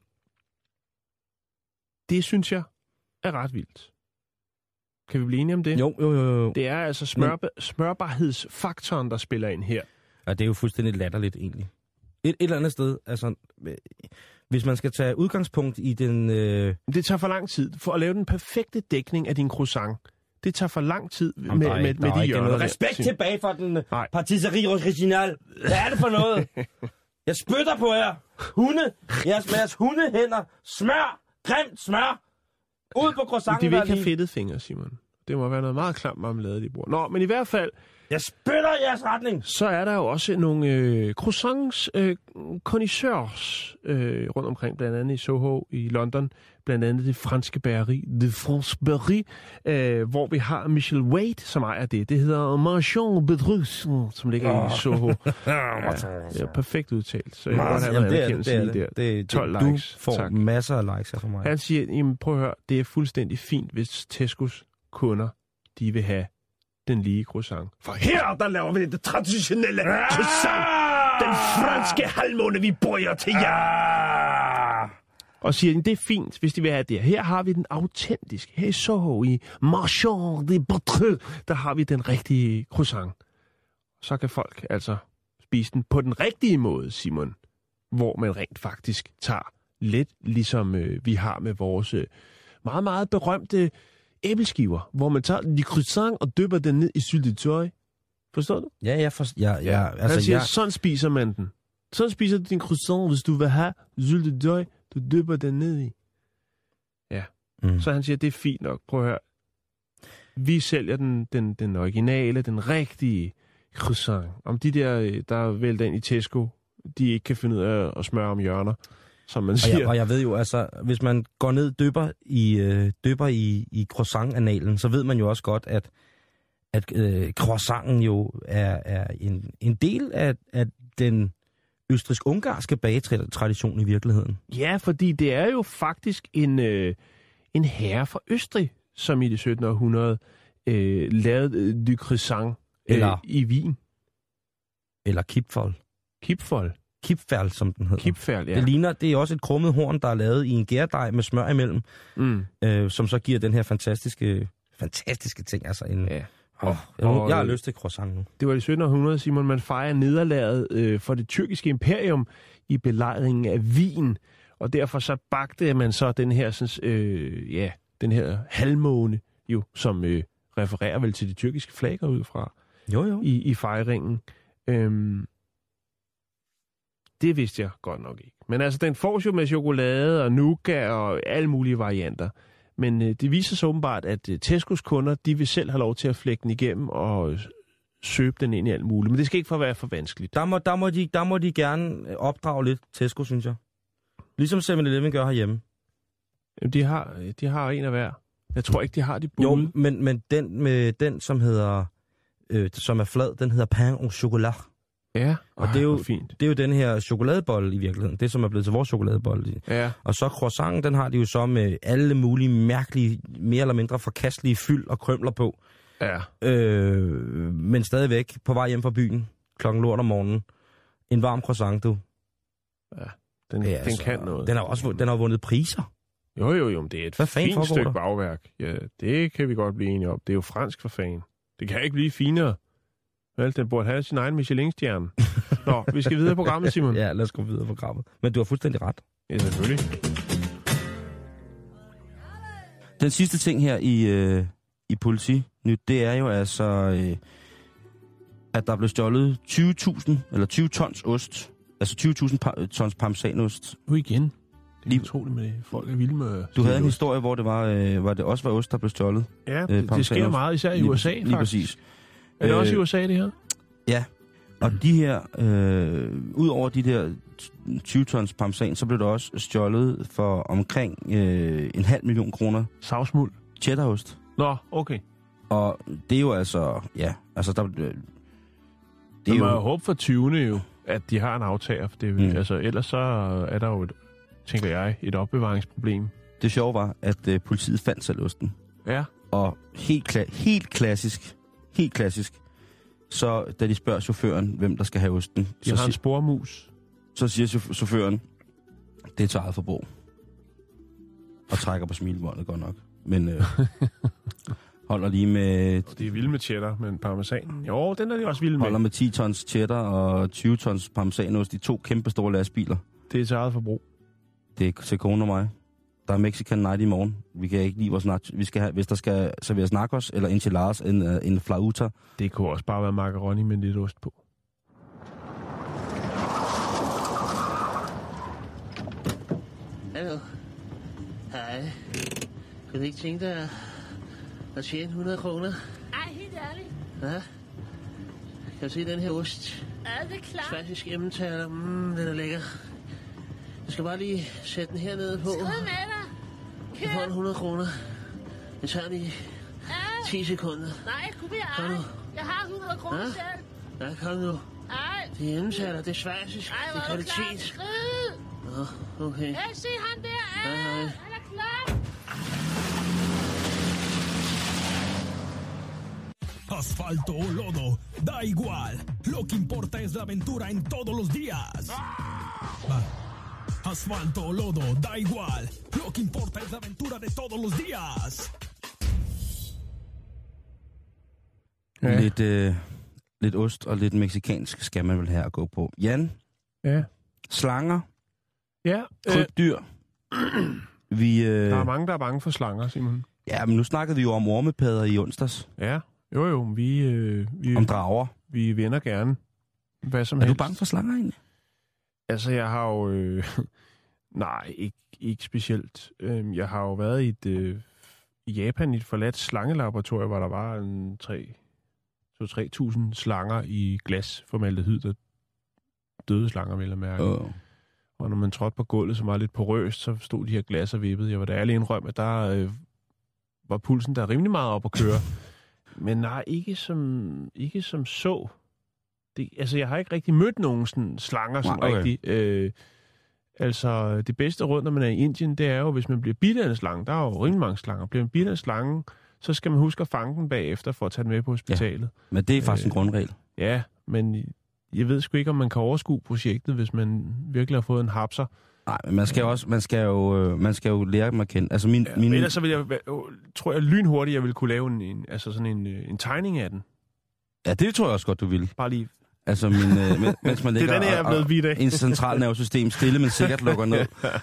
det synes jeg er ret vildt. Kan vi blive enige om det? Jo, jo, jo. jo. Det er altså smør, smørbarhedsfaktoren, der spiller ind her. Ja, det er jo fuldstændig latterligt egentlig. Et, et eller andet sted, altså, hvis man skal tage udgangspunkt i den... Øh... Det tager for lang tid. For at lave den perfekte dækning af din croissant, det tager for lang tid med, Jamen, med, med, med de hjørner. Respekt tilbage for den patisserie original. Hvad er det for noget? Jeg spytter på jer. Hunde. Jeres, jeres hundehænder. Smør. Grimt smør. Ud på croissanten. De vil ikke have fedtede fingre, Simon. Det må være noget meget klamt marmelade, de bruger. Nå, men i hvert fald... Jeg spytter i jeres retning. Så er der jo også nogle øh, croissants øh, connoisseurs øh, rundt omkring, blandt andet i Soho i London, blandt andet det franske bageri, de France Berry, øh, hvor vi har Michel Wade, som ejer det. Det hedder Marchand Bedrus, som ligger oh. i Soho. Ja, det er perfekt udtalt, så jeg vil godt have en anerkendelse lige der. Det er tolv du likes. får tak. Masser af likes her fra mig. Han siger, jamen prøv at høre, det er fuldstændig fint, hvis Tescos kunder, de vil have den lige croissant. For her, der laver vi det traditionelle croissant. Den franske halvmåne, vi bøjer til jer. Og siger, det er fint, hvis de vil have det. Her har vi den autentiske. Her i Soho, i Marchand de Bedrus, der har vi den rigtige croissant. Så kan folk altså spise den på den rigtige måde, Simon. Hvor man rent faktisk tager lidt, ligesom øh, vi har med vores øh, meget, meget berømte æbleskiver, hvor man tager de croissant og dypper den ned i syltetøj. Forstår du? Ja, jeg forstår. Ja, ja, altså, Han siger, jeg... sådan spiser man den. Sådan spiser du din croissant, hvis du vil have syltetøj, du dypper den ned i. Ja. Mm. Så han siger, det er fint nok. Prøv at høre. Vi sælger den, den, den originale, den rigtige croissant. Om de der, der vælter ind i Tesco, de ikke kan finde ud af at smøre om hjørner, som man Og siger. jeg, og jeg ved jo, altså, hvis man går ned og dypper i, øh, dypper i, i croissant-analen, så ved man jo også godt, at, at øh, croissanten jo er, er en, en del af, af den østrisk-ungarske bagetradition i virkeligheden. Ja, fordi det er jo faktisk en, øh, en herre fra Østrig, som i det syttende århundrede øh, lavede øh, Le Croissant øh, Eller- i Wien. Eller kipfol. Kipfold. Kipfærl, som den hedder. Kipfærl, ja. Det ligner, det er også et krummet horn, der er lavet i en gærdej med smør imellem, Mm. øh, som så giver den her fantastiske, fantastiske ting. Altså en, Ja. åh, jeg, og- jeg har lyst til croissant nu. Det var i syttende århundrede, Simon, man fejrer nederlaget øh, for det tyrkiske imperium i belejringen af Wien. Og derfor så bagte man så den her, sådan, øh, ja, den her halvmåne, jo, som øh, refererer vel til de tyrkiske flager ud fra Jo, jo. i, i fejringen. Øhm, det vidste jeg godt nok ikke. Men altså, den får jo med chokolade og nougat og alle mulige varianter. Men øh, det viser sig åbenbart, at øh, Tescos kunder, de vil selv have lov til at flække den igennem og øh, søbe den ind i alt muligt. Men det skal ikke for være for vanskeligt. Der må, der, må de, der må de gerne opdrage lidt Tesco, synes jeg. Ligesom seven eleven gør herhjemme. Jamen, de har, øh, de har en af hver. Jeg tror ikke, de har de Jo, bude. men, men den, med, den, som hedder, øh, som er flad, den hedder pain au chocolat. Ja, Og Ej, det er jo- hvor fint. Det er jo den her chokoladebolle i virkeligheden. Det, som er blevet til vores chokoladebolle. Ja, Og så croissanten, den har de jo så med alle mulige mærkelige, mere eller mindre forkastelige fyld og krømler på. ja. Øh, men stadigvæk på vej hjem fra byen, klokken lort om morgenen. En varm croissant, du. Den, Ja, den altså, kan noget. Den har også den har vundet priser. Jo, jo, jo, men det er et Hvad fanden fint foregår stykke der? bagværk. Ja, det kan vi godt blive enige om. Det er jo fransk for fanden. Det kan ikke blive finere. Vel, den burde have sin egen Michelin-stjerne. Nå, vi skal videre i programmet, Simon. Ja, lad os gå videre på programmet. Men du har fuldstændig ret. Ja, selvfølgelig. Den sidste ting her i, øh, i Politinyt, det er jo altså, øh, at der blev stjålet tyve tusind, eller tyve tons ost. Altså tyve tusind pa- tons parmesanost. Nu igen. Det er Lige- utroligt med det. Folk er vilde med... Du havde en historie, hvor det var, øh, hvor det også var ost, der blev stjålet. Ja, øh, det, det sker parmesanost. meget, især i Lige- U S A, lige faktisk. præcis. Er det også i Øh, U S A, det her? Ja, og de her, øh, ud over de der tyve tons parmesan, så blev der også stjålet for omkring øh, en halv million kroner Savsmuld. cheddarost. Nå, okay. Og det er jo altså, ja, altså der... Øh, det Det er man jo jo, håbe for tyvende jo, at de har en aftager. For det, Mm. mm. altså, ellers så er der jo, et, tænker jeg, et opbevaringsproblem. det sjove var, at øh, politiet fandt selv osten. Ja. Og helt, kla- helt klassisk, helt klassisk, så da de spørger chaufføren, hvem der skal have osten, De så, har en si- spormus. så siger chauf- chaufføren, det er til eget forbrug. Og trækker på smilebåndet godt nok. Men øh, holder lige med, De er vilde med cheddar, men parmesan. Jo, den er de også vilde med. holder med ti tons cheddar og tyve tons parmesanost i to kæmpe store lastbiler. Det er til eget forbrug. Det er til kone og mig. Der er Mexican night i morgen. Vi kan ikke lide vores nach. Vi skal have, hvis der skal serveres nachos eller enchiladas, en, uh, en flauta. Det kunne også bare være macaroni med lidt ost på. Hallo. Hej. Kan du ikke tænke dig at tjene hundrede kroner? Ej, helt ærligt. Ja? Kan du se den her ost? Ja, det er klart. Schweizisk emmentaler. Mmm, den er lækker. Jeg skal bare lige sætte den her nede på. Skrid med dig. Jeg får en Kør. hundrede kroner. Det tager lige Ja. ti sekunder. Nej, kunne vi Kom ej. nu. Jeg har hundrede kroner Ja? selv. Ja, kom nu. Ej. Det er emmentaler. Det er schweizisk. Ej, Det hvor er er du klar. kvalitet. Skrid. Nå, okay. Ja, se ham der. Hej, Ja, hej. han er klar. Asfalto o lodo, da igual. Lo que importa es la aventura en todos los días. Va. Asfalto o lodo, da igual. Lo que importa es la aventura de todos los días. Ja. Lidt, øh, lidt ost og lidt mexikansk skal man vel have at gå på. Jan, Ja. slanger, Ja, øh, krybdyr. Vi, øh, der er mange, der er bange for slanger, Simon. ja, men nu snakkede vi jo om ormepadder i onsdags. Ja, jo jo, vi, øh, vi, Om drager. vi vender gerne. Hvad som Er du helst. bange for slanger egentlig? Altså, jeg har jo... Øh, nej, ikke, ikke specielt. Øh, jeg har jo været i, et, øh, i Japan i et forladt slangelaboratorium, hvor der var en tre til tre tusind slanger i glas formaldehyd, der døde slanger, vil jeg mærke. Oh. Og når man trådte på gulvet, som var lidt porøst, så stod de her glas og vippede. Jeg var da ærlig indrømme, at der øh, var pulsen der rimelig meget op at køre. Men nej, ikke som, ikke som så. Det, altså, jeg har ikke rigtig mødt nogen sådan slanger, som okay. rigtig... Øh, altså, det bedste råd, når man er i Indien, det er jo, hvis man bliver bidt af en slange. Der er jo rimelig mange slanger. Bliver man bidt af en slange, så skal man huske at fange den bagefter, for at tage den med på hospitalet. Ja, men det er faktisk øh, en grundregel. Ja, men jeg ved sgu ikke, om man kan overskue projektet, hvis man virkelig har fået en hapser. Nej, men man skal jo også, man skal jo, man skal jo lære dem at kende. Altså min, ja, min... ellers så vil jeg, tror jeg lynhurtigt, jeg vil kunne lave en, en, altså sådan en, en tegning af den. Ja, det tror jeg også godt, du vil. Bare lige... Altså, min, øh, mens man ligger det er den her, og, og af. En central nervesystem stille, men sikkert lukker ned.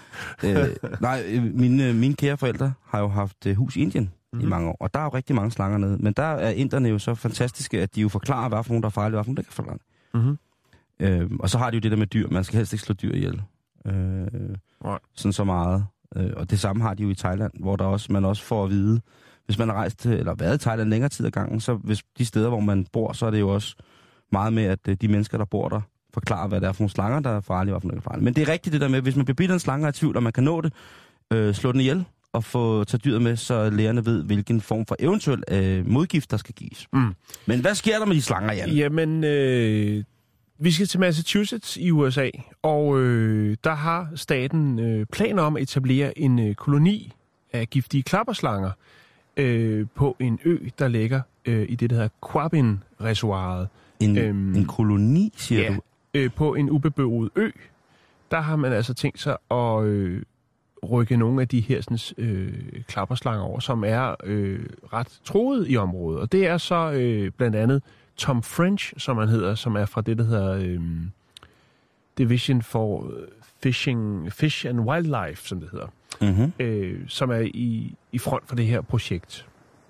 øh, nej, mine, mine kære forældre har jo haft øh, hus i Indien mm-hmm. i mange år, og der er jo rigtig mange slanger nede. Men der er inderne jo så fantastiske, at de jo forklarer, hvad for nogen, der er farlige, hvad for nogen, der ikke er farlige. Mm-hmm. Øh, og så har de jo det der med dyr. Man skal helst ikke slå dyr ihjel. Øh, right. Sådan så meget. Øh, og det samme har de jo i Thailand, hvor der også, man også får at vide, hvis man har rejst til, eller været i Thailand længere tid ad gangen, så hvis de steder, hvor man bor, så er det jo også meget med, at de mennesker, der bor der, forklarer, hvad det er for nogle slanger, der er farlige, og hvad for nogle, der er farlige. Men det er rigtigt det der med, hvis man bliver bidt af en slange, er i tvivl, og man kan nå det, øh, slå den ihjel, og få tage dyret med, så lærerne ved, hvilken form for eventuel øh, modgift, der skal gives. Mm. Men hvad sker der med de slanger, Jan? Jamen, øh, vi skal til Massachusetts i U S A, og øh, der har staten øh, planer om at etablere en øh, koloni af giftige klapperslanger øh, på en ø, der ligger øh, i det, der hedder Quabbin-reservoiret. En, øhm, en koloni, siger ja, du? Øh, på en ubeboet ø. Der har man altså tænkt sig at øh, rykke nogle af de her sådan, øh, klapperslanger over, som er øh, ret truet i området. Og det er så øh, blandt andet Tom French, som han hedder, som er fra det, der hedder øh, Division for Fishing, Fish and Wildlife, som det hedder. Mm-hmm. Øh, som er i, i front for det her projekt.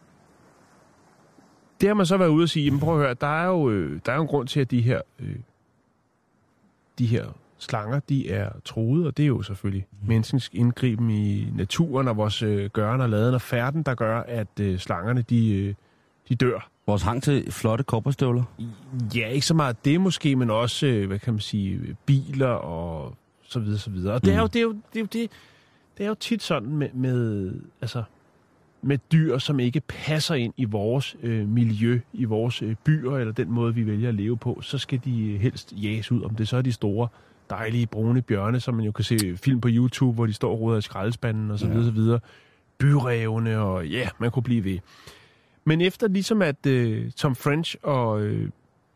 Det har man så været ude og sige, jamen prøv at høre, der er jo, øh, der er jo en grund til, at de her, øh, de her slanger, de er truede, og det er jo selvfølgelig mm. menneskens indgriben i naturen og vores øh, gøren og laden og færden, der gør, at øh, slangerne, de, øh, de dør. Vores hang til flotte kopperstøvler? Ja, ikke så meget det måske, men også, øh, hvad kan man sige, biler og så videre, så videre. Og det er jo, det er jo, det er jo, det, det er jo tit sådan med, med altså... med dyr, som ikke passer ind i vores øh, miljø, i vores øh, byer, eller den måde, vi vælger at leve på, så skal de helst jages ud. Om det så er de store, dejlige, brune bjørne, som man jo kan se film på YouTube, hvor de står og ruder i skraldespanden, og så videre, ja. så videre. Byrævene, og ja, man kunne blive ved. Men efter ligesom at øh, Tom French og... Øh,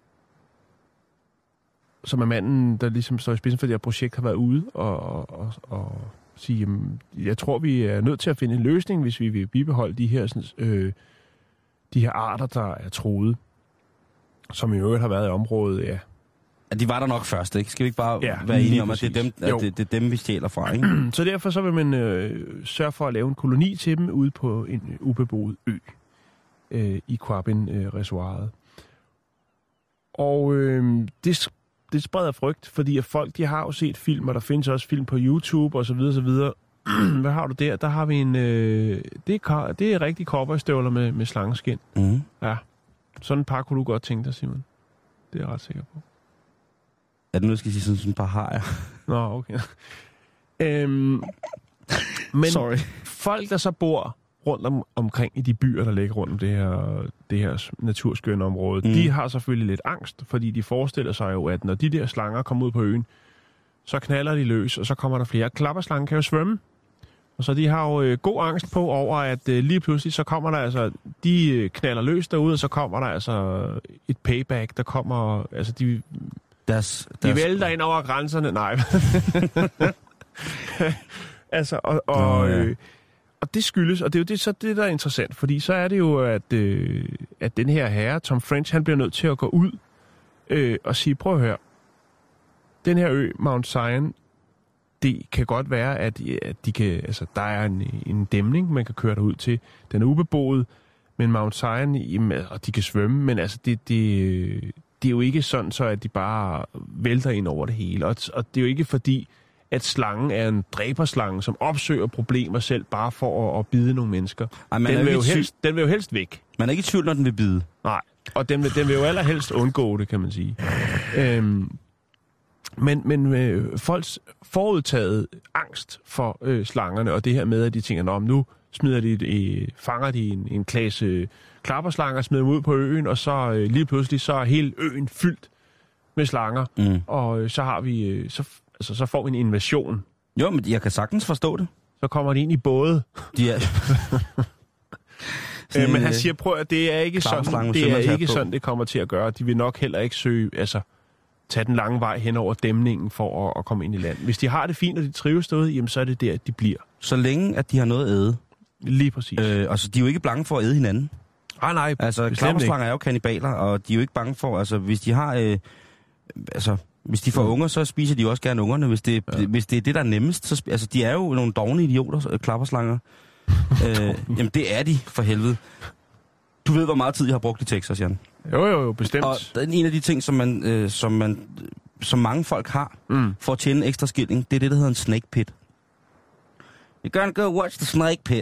som er manden, der ligesom står i spidsen for det her projekt, har været ude og... og, og sige, jamen, jeg tror, vi er nødt til at finde en løsning, hvis vi vil bibeholde de her, sådan, øh, de her arter, der er truede, som i øvrigt har været i området, ja. Ja, de var der nok først, ikke? Skal vi ikke bare ja, være enige om, at det er dem, at det, det er dem vi stjæler fra, ikke? Så derfor så vil man øh, sørge for at lave en koloni til dem ude på en ubeboet ø øh, i Quabbin-reservoiret. Øh, og øh, det Det spreder frygt, fordi at folk, de har jo set film, og der findes også film på YouTube og så videre, så videre. Hvad har du der? Der har vi en... Øh, det, er, det er rigtig cowboystøvler med, med slangeskin. Mm. Ja. Sådan et par kunne du godt tænke dig, Simon. Det er jeg ret sikker på. Er det nu, skal sige sådan, sådan et par har jeg? Nå, okay. øhm, men Sorry. Folk, der så bor rundt om, omkring i de byer, der ligger rundt om det her, det her naturskønne område, mm. de har selvfølgelig lidt angst, fordi de forestiller sig jo, at når de der slanger kommer ud på øen, så knalder de løs, og så kommer der flere. Klapperslangen kan jo svømme. Og så de har jo øh, god angst på over, at øh, lige pludselig, så kommer der altså, de øh, knaller løs derude, og så kommer der altså et payback, der kommer, altså de, deres, de deres... vælter ind over grænserne. Nej. altså, og, og, oh, ja. øh, og det skyldes, og det er jo det, så det, der er interessant, fordi så er det jo, at, øh, at den her herre, Tom French, han bliver nødt til at gå ud øh, og sige, prøv at høre, den her ø, Mount Zion, det kan godt være, at, at de kan, altså, der er en, en dæmning, man kan køre derud til. Den er ubeboet, men Mount Zion, jamen, og de kan svømme, men altså, det, det, det er jo ikke sådan, så at de bare vælter ind over det hele. Og, og det er jo ikke fordi, at slangen er en dræberslange, som opsøger problemer selv, bare for at, at bide nogle mennesker. Ej, den, vil jo helst, den vil jo helst væk. Man er ikke i tvivl, når den vil bide. Nej, og den vil, den vil jo allerhelst undgå det, kan man sige. øhm, Men, men øh, folks forudtaget angst for øh, slangerne, og det her med, at de tænker, om nu smider de, øh, fanger de en, en klasse øh, klapperslanger, smider dem ud på øen, og så øh, lige pludselig så er hele øen fyldt med slanger, mm. og øh, så har vi, øh, så, altså, så får vi en invasion. Jo, men jeg kan sagtens forstå det. Så kommer de ind i både. De er... øh, men han siger, prøv at det er ikke sådan, det er ikke sådan, det kommer til at gøre. De vil nok heller ikke søge, altså tage den lange vej hen over dæmningen for at, at komme ind i land. Hvis de har det fint, og de trives derude, jamen så er det der, de bliver. Så længe, at de har noget at æde. Lige præcis. Øh, altså, de er jo ikke bange for at æde hinanden. Ah, nej, altså, klapperslanger er jo kannibaler, og de er jo ikke bange for, altså, hvis de har, øh, altså, hvis de får unger, så spiser de også gerne ungerne. Hvis det, ja. hvis det er det, der er nemmest, så, altså, de er jo nogle dovne idioter, klapperslanger. øh, jamen, det er de, for helvede. Du ved, hvor meget tid jeg har brugt i Texas, Jan. Jo, jo, jo, bestemt. Og en af de ting, som man, øh, som man, som mange folk har, mm. for at tjene ekstra skilling, det er det, der hedder en snake pit. You're gonna go watch the snake pit.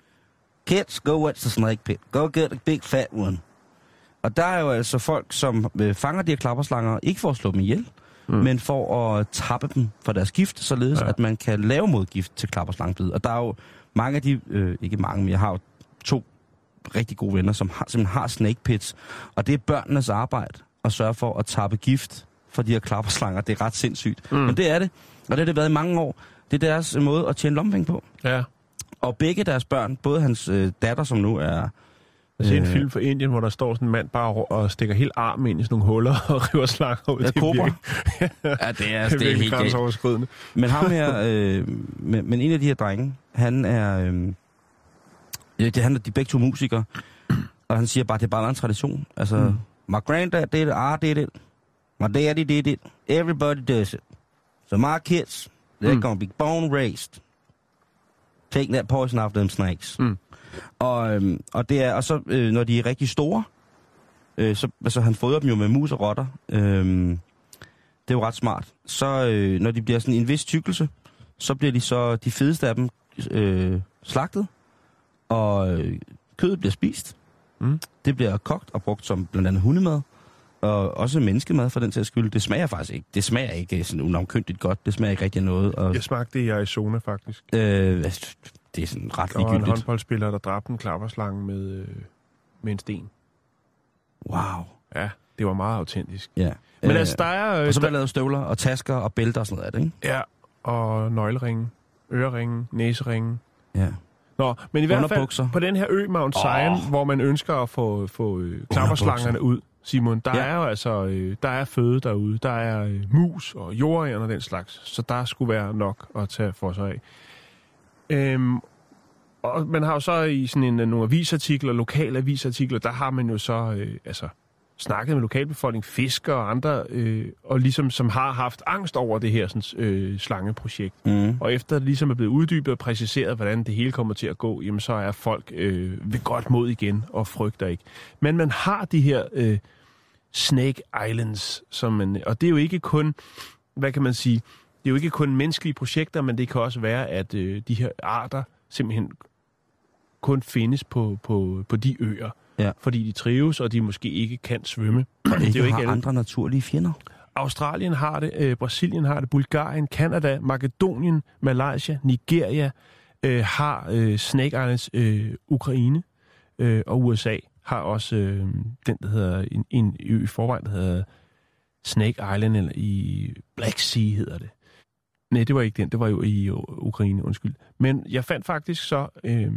Kids, go watch the snake pit. Go get a big fat one. Og der er jo altså folk, som øh, fanger de her klapperslanger, ikke for at slå dem ihjel, mm. men for at tappe dem for deres gift, således ja. at man kan lave modgift til klapperslangsbid. Og der er jo mange af de, øh, ikke mange, men jeg har jo to rigtig gode venner, som har, simpelthen har snake pits. Og det er børnenes arbejde at sørge for at tappe gift for de her klapperslanger. Det er ret sindssygt. Mm. Men det er det. Og det har det været i mange år. Det er deres måde at tjene lommepenge på. Ja. Og begge deres børn, både hans øh, datter, som nu er... Jeg ser øh, en film fra Indien, hvor der står sådan en mand bare og stikker helt armen ind i sådan nogle huller og river slanger ud. Ja, kobra. ja, det er, det er, det er helt grænseoverskridende. Men ham her, øh, men, men en af de her drenge, han er... Øh, det, han er de begge to musikere, og han siger bare, det er bare en tradition. Altså, mm. my granddad did it, I did it, my daddy did it, everybody does it. So my kids, they're mm. gonna be born raised. Take that poison off them snakes. Mm. Og, øhm, og det er, og så øh, når de er rigtig store, øh, så altså han fodrer dem jo med mus og rotter. Øhm, det er jo ret smart. Så øh, når de bliver sådan en vis tykkelse, så bliver de så de fedeste af dem øh, slagtet, og øh, kødet bliver spist. Mm. Det bliver kogt og brugt som blandt andet hundemad, og også menneskemad for den sags skyld. Det smager faktisk ikke. Det smager ikke sådan unavnkyndigt godt. Det smager ikke rigtig noget. Og, jeg smagte det i Arizona, faktisk. Øh, det er sådan ret ligegyldigt. Der var en håndboldspiller, der dræbte en klapperslange med, øh, med en sten. Wow. Ja, det var meget autentisk. Ja. Men øh, altså, der er... Øh, og så bliver der lavet støvler og tasker og bælter og sådan noget af det, ikke? Ja, og nøgleringe, øreringe, næseringe. Ja. Nå, men i hvert fald på den her ø, Mount Zion, oh. hvor man ønsker at få, få øh, klapperslangerne ud, Simon, der ja. er jo altså, øh, der er føde derude. Der er øh, mus og jordæren og den slags, så der skulle være nok at tage for sig af. Øhm, og man har jo så i sådan en, nogle avisartikler, lokale avisartikler, der har man jo så øh, altså, snakket med lokalbefolkning, fiskere og andre, øh, og ligesom som har haft angst over det her sådan, øh, slangeprojekt. Mm. Og efter det ligesom er blevet uddybet og præciseret, hvordan det hele kommer til at gå, jamen så er folk øh, ved godt mod igen og frygter ikke. Men man har de her øh, Snake Islands, som man, og det er jo ikke kun, hvad kan man sige, det er jo ikke kun menneskelige projekter, men det kan også være, at øh, de her arter simpelthen kun findes på, på, på de øer. Ja. Fordi de trives, og de måske ikke kan svømme. Og ikke det er jo ikke har alle. Andre naturlige fjender. Australien har det, øh, Brasilien har det, Bulgarien, Kanada, Makedonien, Malaysia, Nigeria øh, har øh, Snake Islands, øh, Ukraine øh, og U S A har også øh, den, der hedder en, en ø i forvejen, der hedder Snake Island, eller i Black Sea hedder det. Nej, det var ikke den, det var jo i Ukraine, undskyld. Men jeg fandt faktisk så... Øh,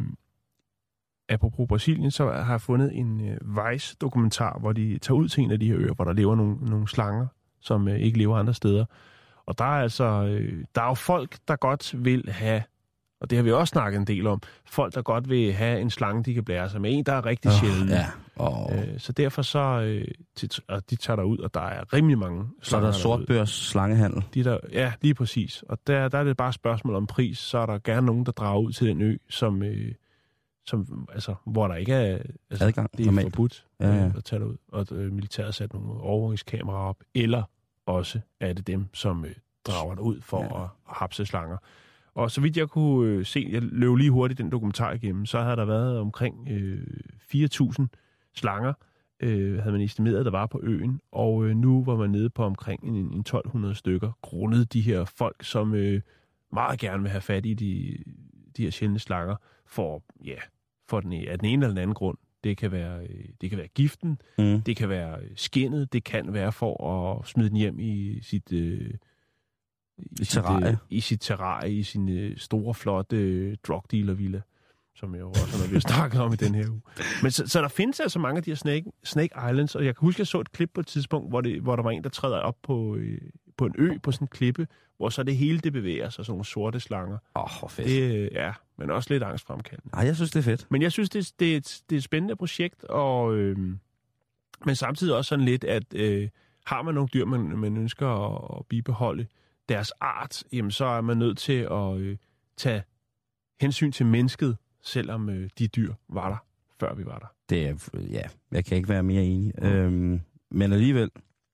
apropos Brasilien, så har jeg fundet en øh, Vice-dokumentar, hvor de tager ud til en af de her øer, hvor der lever nogle, nogle slanger, som øh, ikke lever andre steder. Og der er altså, øh, der er jo folk, der godt vil have, og det har vi også snakket en del om, folk, der godt vil have en slange, de kan blære sig med. En, der er rigtig oh, sjælden. Ja. Oh. Øh, så derfor så, øh, til, og de tager derud, og der er rimelig mange slanger. Så er der sortbørs slangehandel? De der, ja, lige præcis. Og der, der er det bare et spørgsmål om pris, så er der gerne nogen, der drager ud til den ø, som... Øh, Som, altså, hvor der ikke er altså, adgang. Det er normalt forbudt ja, ja. at tage ud, og øh, militæret har sat nogle overvågningskameraer op, eller også er det dem, som øh, drager ud for ja. at hapse slanger. Og så vidt jeg kunne øh, se, jeg løb lige hurtigt den dokumentar igennem, så havde der været omkring øh, fire tusind slanger øh, havde man estimeret, der var på øen, og øh, nu var man nede på omkring en, en tolv hundrede stykker, grundet de her folk, som øh, meget gerne vil have fat i de, de her sjældne slanger, for, ja, for den, af den ene eller den anden grund. Det kan være, øh, det kan være giften, mm. det kan være skindet, det kan være for at smide den hjem i sit... Øh, I sit, øh, i sit terrarie, i sin øh, store, flotte øh, drugdealer-villa, som jo også er, vi har snakket om i den her uge. Men så, så der findes altså mange af de her Snake, Snake Islands, og jeg kan huske, jeg så et klip på et tidspunkt, hvor, det, hvor der var en, der træder op på, øh, på en ø, på sådan en klippe, hvor så det hele det bevæger sig, sådan nogle sorte slanger. Åh, oh, hvor fedt. Det, øh, ja, men også lidt angstfremkaldende. Nej, jeg synes, det er fedt. Men jeg synes, det, det, er, et, det er et spændende projekt, og, øh, men samtidig også sådan lidt, at øh, har man nogle dyr, man, man ønsker at, at bibeholde, deres art, jamen så er man nødt til at øh, tage hensyn til mennesket, selvom øh, de dyr var der, før vi var der. Det er, ja, jeg kan ikke være mere enig. Mm. Øhm, men alligevel,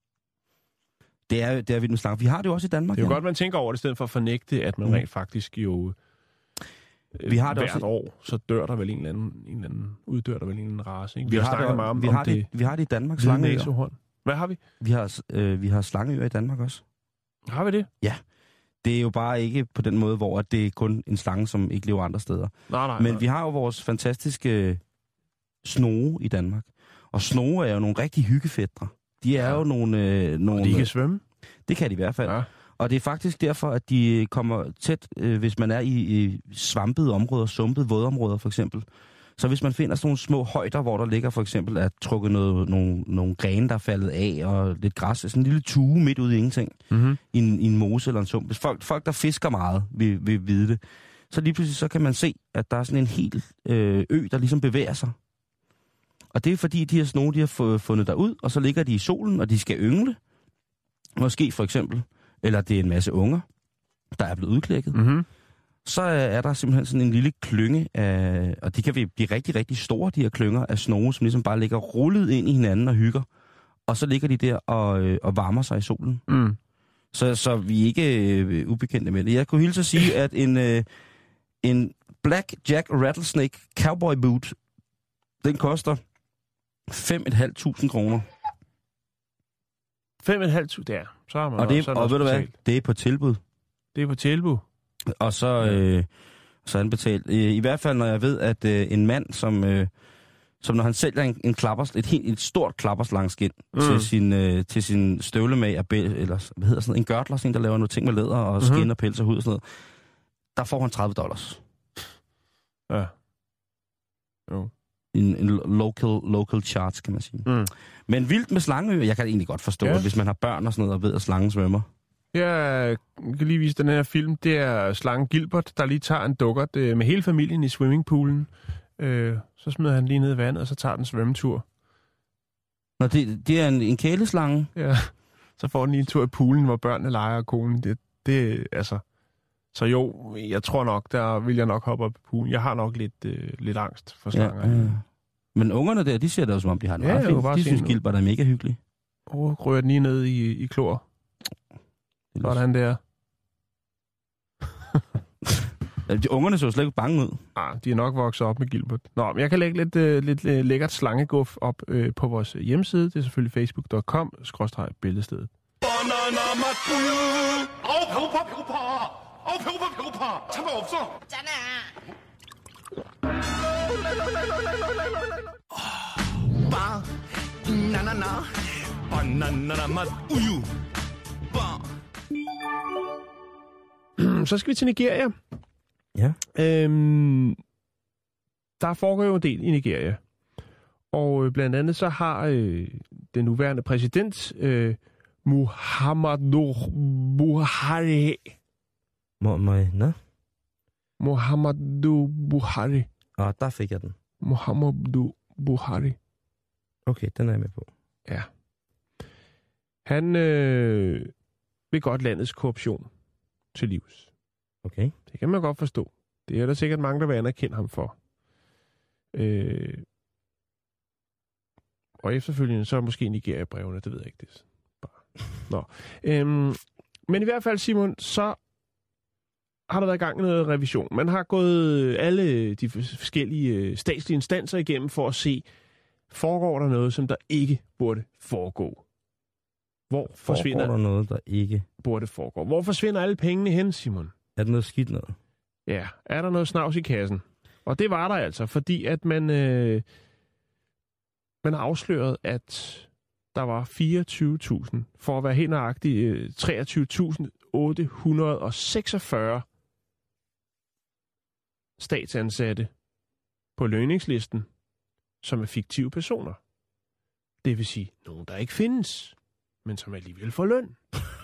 det er, det er vildt med slanger. Vi har det jo også i Danmark. Det er jo ja. godt, man tænker over det, i stedet for at fornægte, at man mm. rent faktisk jo øh, vi har det hvert også... år, så dør der vel en eller anden, en eller anden uddør der vel en eller anden race. Ikke? Vi, vi har, har snakket det, meget om, vi om har det. det. Vi har det i Danmark, slangeøer. Hvad har vi? Vi har, øh, vi har slangeøer i Danmark også. Har vi det? Ja. Det er jo bare ikke på den måde, hvor det er kun en slange, som ikke lever andre steder. Nej, nej, Men nej. vi har jo vores fantastiske snoge i Danmark. Og snoge er jo nogle rigtig hyggefætre. De er ja. jo nogle... Øh, nogle og de kan svømme? Det kan de i hvert fald. Ja. Og det er faktisk derfor, at de kommer tæt, øh, hvis man er i, i svampede områder, sumpede vådområder for eksempel. Så hvis man finder sådan nogle små højder, hvor der ligger for eksempel at trukket noget, nogle, nogle grene, der er faldet af, og lidt græs, sådan en lille tue midt ude i ingenting, mm-hmm. i, en, i en mose eller en sump. Hvis folk, folk der fisker meget, vil, vil vide det. Så lige pludselig så kan man se, at der er sådan en hel øh, ø, der ligesom bevæger sig. Og det er fordi, de her snoge, de har fundet derud, og så ligger de i solen, og de skal yngle. Måske for eksempel. Eller det er en masse unger, der er blevet udklækket. Mm-hmm. Så er der simpelthen sådan en lille klynge af, og de kan blive rigtig, rigtig store, de her klynger af snoge, som ligesom bare ligger rullet ind i hinanden og hygger. Og så ligger de der og, øh, og varmer sig i solen. Mm. Så, så vi er ikke øh, ubekendte med det. Jeg kunne hilse at sige, at en, øh, en Black Jack Rattlesnake Cowboy Boot, den koster fem tusind fem hundrede kroner. fem tusind fem hundrede, ja. Så har man og det, også, og ved du hvad, det er på tilbud. Det er på tilbud. Og så, øh, så er han betalt. I hvert fald, når jeg ved, at øh, en mand, som, øh, som når han sælger en, en klappers, et, helt, et stort klapperslangskin mm. til sin, øh, til sin støvlemag, eller hvad hedder sådan en gørtler, sådan en, der laver noget ting med læder og mm-hmm. skin og pels og hud og sådan noget, der får han tredive dollars. Ja. Jo. En, en local, local charge, kan man sige. Mm. Men vildt med slangeøer, jeg kan egentlig godt forstå, ja. At hvis man har børn og sådan noget, og ved, at slangen svømmer. Jeg kan lige vise den her film. Det er slangen Gilbert, der lige tager en dukkert med hele familien i swimmingpoolen. Øh, så smider han lige ned i vandet, og så tager den svømmetur. Nå, det, det er en, en kæleslange? Ja, så får den lige en tur i poolen, hvor børnene leger og konen. Det, det, altså... Så jo, jeg tror nok, der vil jeg nok hoppe op i poolen. Jeg har nok lidt, øh, lidt angst for slanger. Ja, ja. Men ungerne der, de ser da jo, som om de har en ja, meget fint. De synes, Gilbert er mega hyggelig. Åh, oh, rører den lige ned i, i klor. Sådan der. Ja, de ungerne så slet ikke bange ud. Ah, de er nok vokset op med Gilbert. Nå, men jeg kan lægge lidt, uh, lidt uh, lækkert slangeguf op uh, på vores hjemmeside. Det er selvfølgelig facebook punktum com skråstreg billedstedet. Bar, na na na, banana mat uyu. Bar. Så skal vi til Nigeria. Ja. Øhm, der foregår jo en del i Nigeria. Og øh, blandt andet så har øh, den nuværende præsident, øh, Muhammadu Buhari. Må, må jeg, nå? Muhammadu Buhari. Ah, der fik jeg den. Muhammadu Buhari. Okay, den er jeg med på. Ja. Han øh, vil godt landets korruption til livs. Okay. Det kan man godt forstå. Det er der sikkert mange, der vil anerkende ham for. Øh, og efterfølgende så er måske Nigeria-brevene, det ved jeg ikke. Det bare. Nå. Øhm, men i hvert fald, Simon, så har der været i gang med noget revision. Man har gået alle de forskellige statslige instanser igennem for at se, foregår der noget, som der ikke burde foregå. Hvor forsvinder der noget, der ikke burde foregå? Hvor forsvinder alle pengene hen, Simon? Er der noget skidt noget? Ja, er der noget snavs i kassen? Og det var der altså, fordi at man, øh, man har afsløret, at der var fireogtyve tusind, for at være helt nøjagtig, øh, treogtyve tusind otte hundrede og seksogfyrre statsansatte på lønningslisten, som er fiktive personer. Det vil sige, nogen der ikke findes, men som alligevel får løn.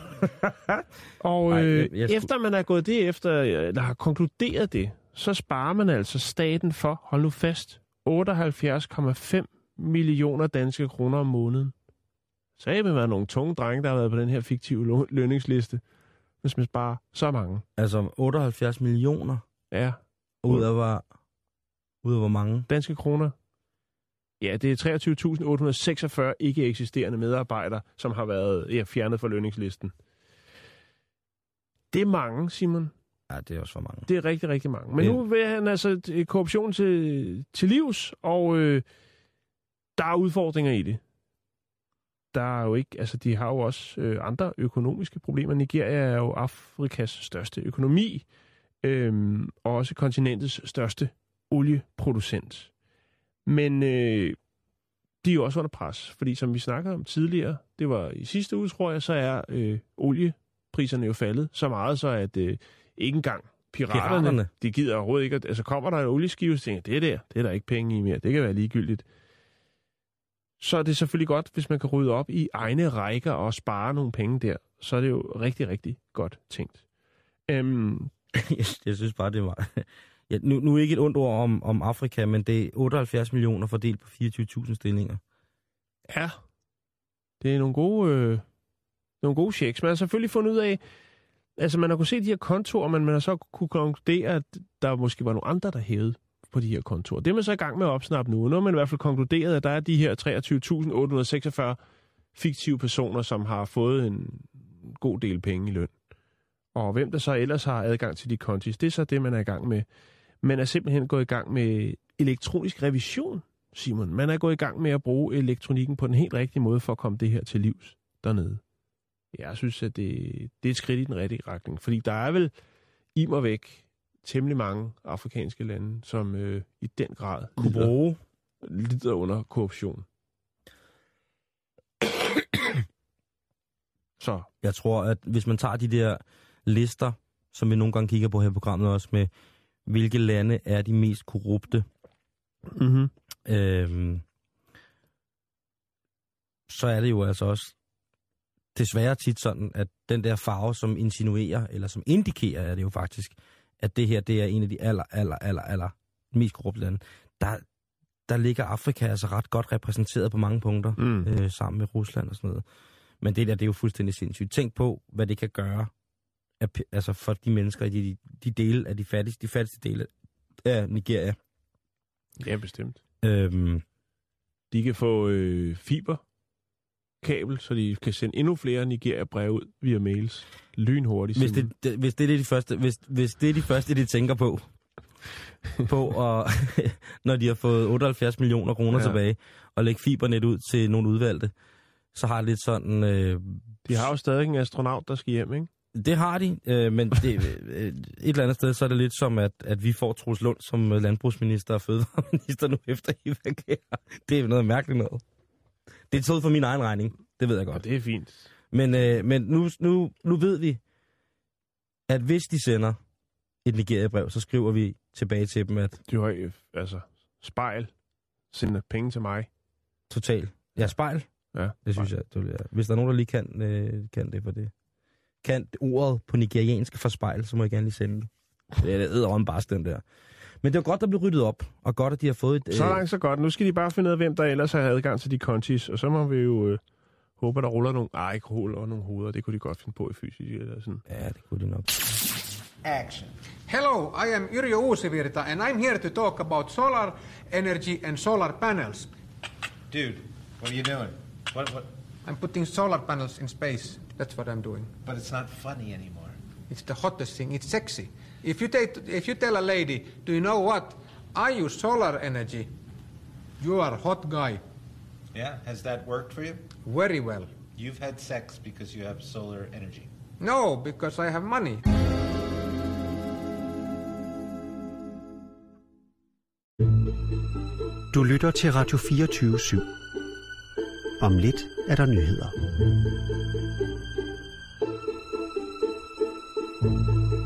Og øh, Ej, jeg, jeg skulle... efter man er gået det efter, eller har konkluderet det, så sparer man altså staten for, hold nu fast, otteoghalvfjerds komma fem millioner danske kroner om måneden. Så er det været nogle tunge drenge, der har været på den her fiktive lønningsliste, hvis man sparer så mange. Altså otteoghalvfjerds millioner? Ja. Ud af hvor, ud af hvor mange? Danske kroner. Ja, det er treogtyve tusind otte hundrede og seksogfyrre ikke eksisterende medarbejdere, som har været ja, fjernet fra lønningslisten. Det er mange, Simon. Ja, det er også for mange. Det er rigtig, rigtig mange. Men ja. Nu vil han altså korruption til, til livs, og øh, der er udfordringer i det. Der er jo ikke, altså de har jo også øh, andre økonomiske problemer. Nigeria er jo Afrikas største økonomi, øh, og også kontinentets største olieproducent. Men øh, de er jo også under pres, fordi som vi snakkede om tidligere, det var i sidste uge, tror jeg, så er øh, oliepriserne jo faldet så meget, så at øh, ikke engang piraterne, piraterne, de gider overhovedet ikke. At, altså kommer der en olieskive, så tænker det der, det er der ikke penge i mere, det kan være ligegyldigt. Så er det selvfølgelig godt, hvis man kan rydde op i egne rækker og spare nogle penge der, så er det jo rigtig, rigtig godt tænkt. Øhm, jeg, jeg synes bare, det var... Ja, nu, nu ikke et ondt ord om, om Afrika, men det er otteoghalvfjerds millioner fordelt på fireogtyve tusind stillinger. Ja, det er nogle gode, øh, nogle gode checks. Man har selvfølgelig fundet ud af, altså man har kunnet se de her kontorer, men man har så kunne konkludere, at der måske var nogle andre, der hævede på de her kontorer. Det er man så i gang med at opsnappe nu. Nu har man i hvert fald konkluderet, at der er de her treogtyve tusind otte hundrede og seksogfyrre fiktive personer, som har fået en god del penge i løn. Og hvem der så ellers har adgang til de kontis, det er så det, man er i gang med. Man er simpelthen gået i gang med elektronisk revision, Simon. Man er gået i gang med at bruge elektronikken på den helt rigtige måde for at komme det her til livs dernede. Jeg synes, at det, det er et skridt i den rigtige retning. Fordi der er vel immer væk temmelig mange afrikanske lande, som øh, i den grad kunne bruge lider under korruption. Så. Jeg tror, at hvis man tager de der lister, som vi nogle gange kigger på her i programmet også, med hvilke lande er de mest korrupte, mm-hmm. øhm, så er det jo altså også desværre tit sådan, at den der farve, som insinuerer, eller som indikerer, er det jo faktisk, at det her, det er en af de aller, aller, aller, aller mest korrupte lande. Der, der ligger Afrika altså ret godt repræsenteret på mange punkter, mm. øh, sammen med Rusland og sådan noget. Men det der, det er jo fuldstændig sindssygt. Tænk på, hvad det kan gøre at, altså for de mennesker i de, de dele af de fattigste, de fattigste dele af Nigeria. Ja, bestemt. Øhm, de kan få øh, fiberkabel, så de kan sende endnu flere Nigeria-breve ud via mails. Lynhurtigt. Hvis det, det, hvis, det er de første, hvis, hvis det er de første, de tænker på, på og, når de har fået otteoghalvfjerds millioner kroner ja. tilbage, og lægge fibernet ud til nogle udvalgte, så har det lidt sådan... Øh, de har jo stadig en astronaut, der skal hjem, ikke? Det har de, øh, men det, øh, et eller andet sted, så er det lidt som, at, at vi får Troels Lund som landbrugsminister og fødevareminister nu efter Ivagær. Det er noget mærkeligt noget. Det er taget for min egen regning, det ved jeg godt. Ja, det er fint. Men, øh, men nu, nu, nu ved vi, at hvis de sender et Nigeria-brev, så skriver vi tilbage til dem, at... Du har altså spejl, sender penge til mig. Total. Ja, spejl. Ja, det synes jeg. Det er. Hvis der er nogen, der lige kan, øh, kan det for det. Kan ordet på nigeriansk for spejl, så må jeg gerne lige sende det. Det er edderom bare den der. Men det er godt, der blev ryddet op, og godt, at de har fået et... Så langt, så godt. Nu skal de bare finde ud af, hvem der ellers har adgang til de kontis, og så må vi jo øh, håbe, der ruller nogle... Ej, ikke ruller nogle hoveder. Det kunne de godt finde på i fysisk eller sådan. Ja, det kunne de nok. Action. Hello, I am Yrjö Uusivirta, and I'm here to talk about solar energy and solar panels. Dude, what are you doing? What, what? I'm putting solar panels in space. That's what I'm doing. But it's not funny anymore. It's the hottest thing. It's sexy. If you take, if you tell a lady, do you know what? I use solar energy. You are a hot guy. Yeah, has that worked for you? Very well. You've had sex because you have solar energy. No, because I have money. Du lytter til Radio fireogtyve syv. Om lidt er der nyheder.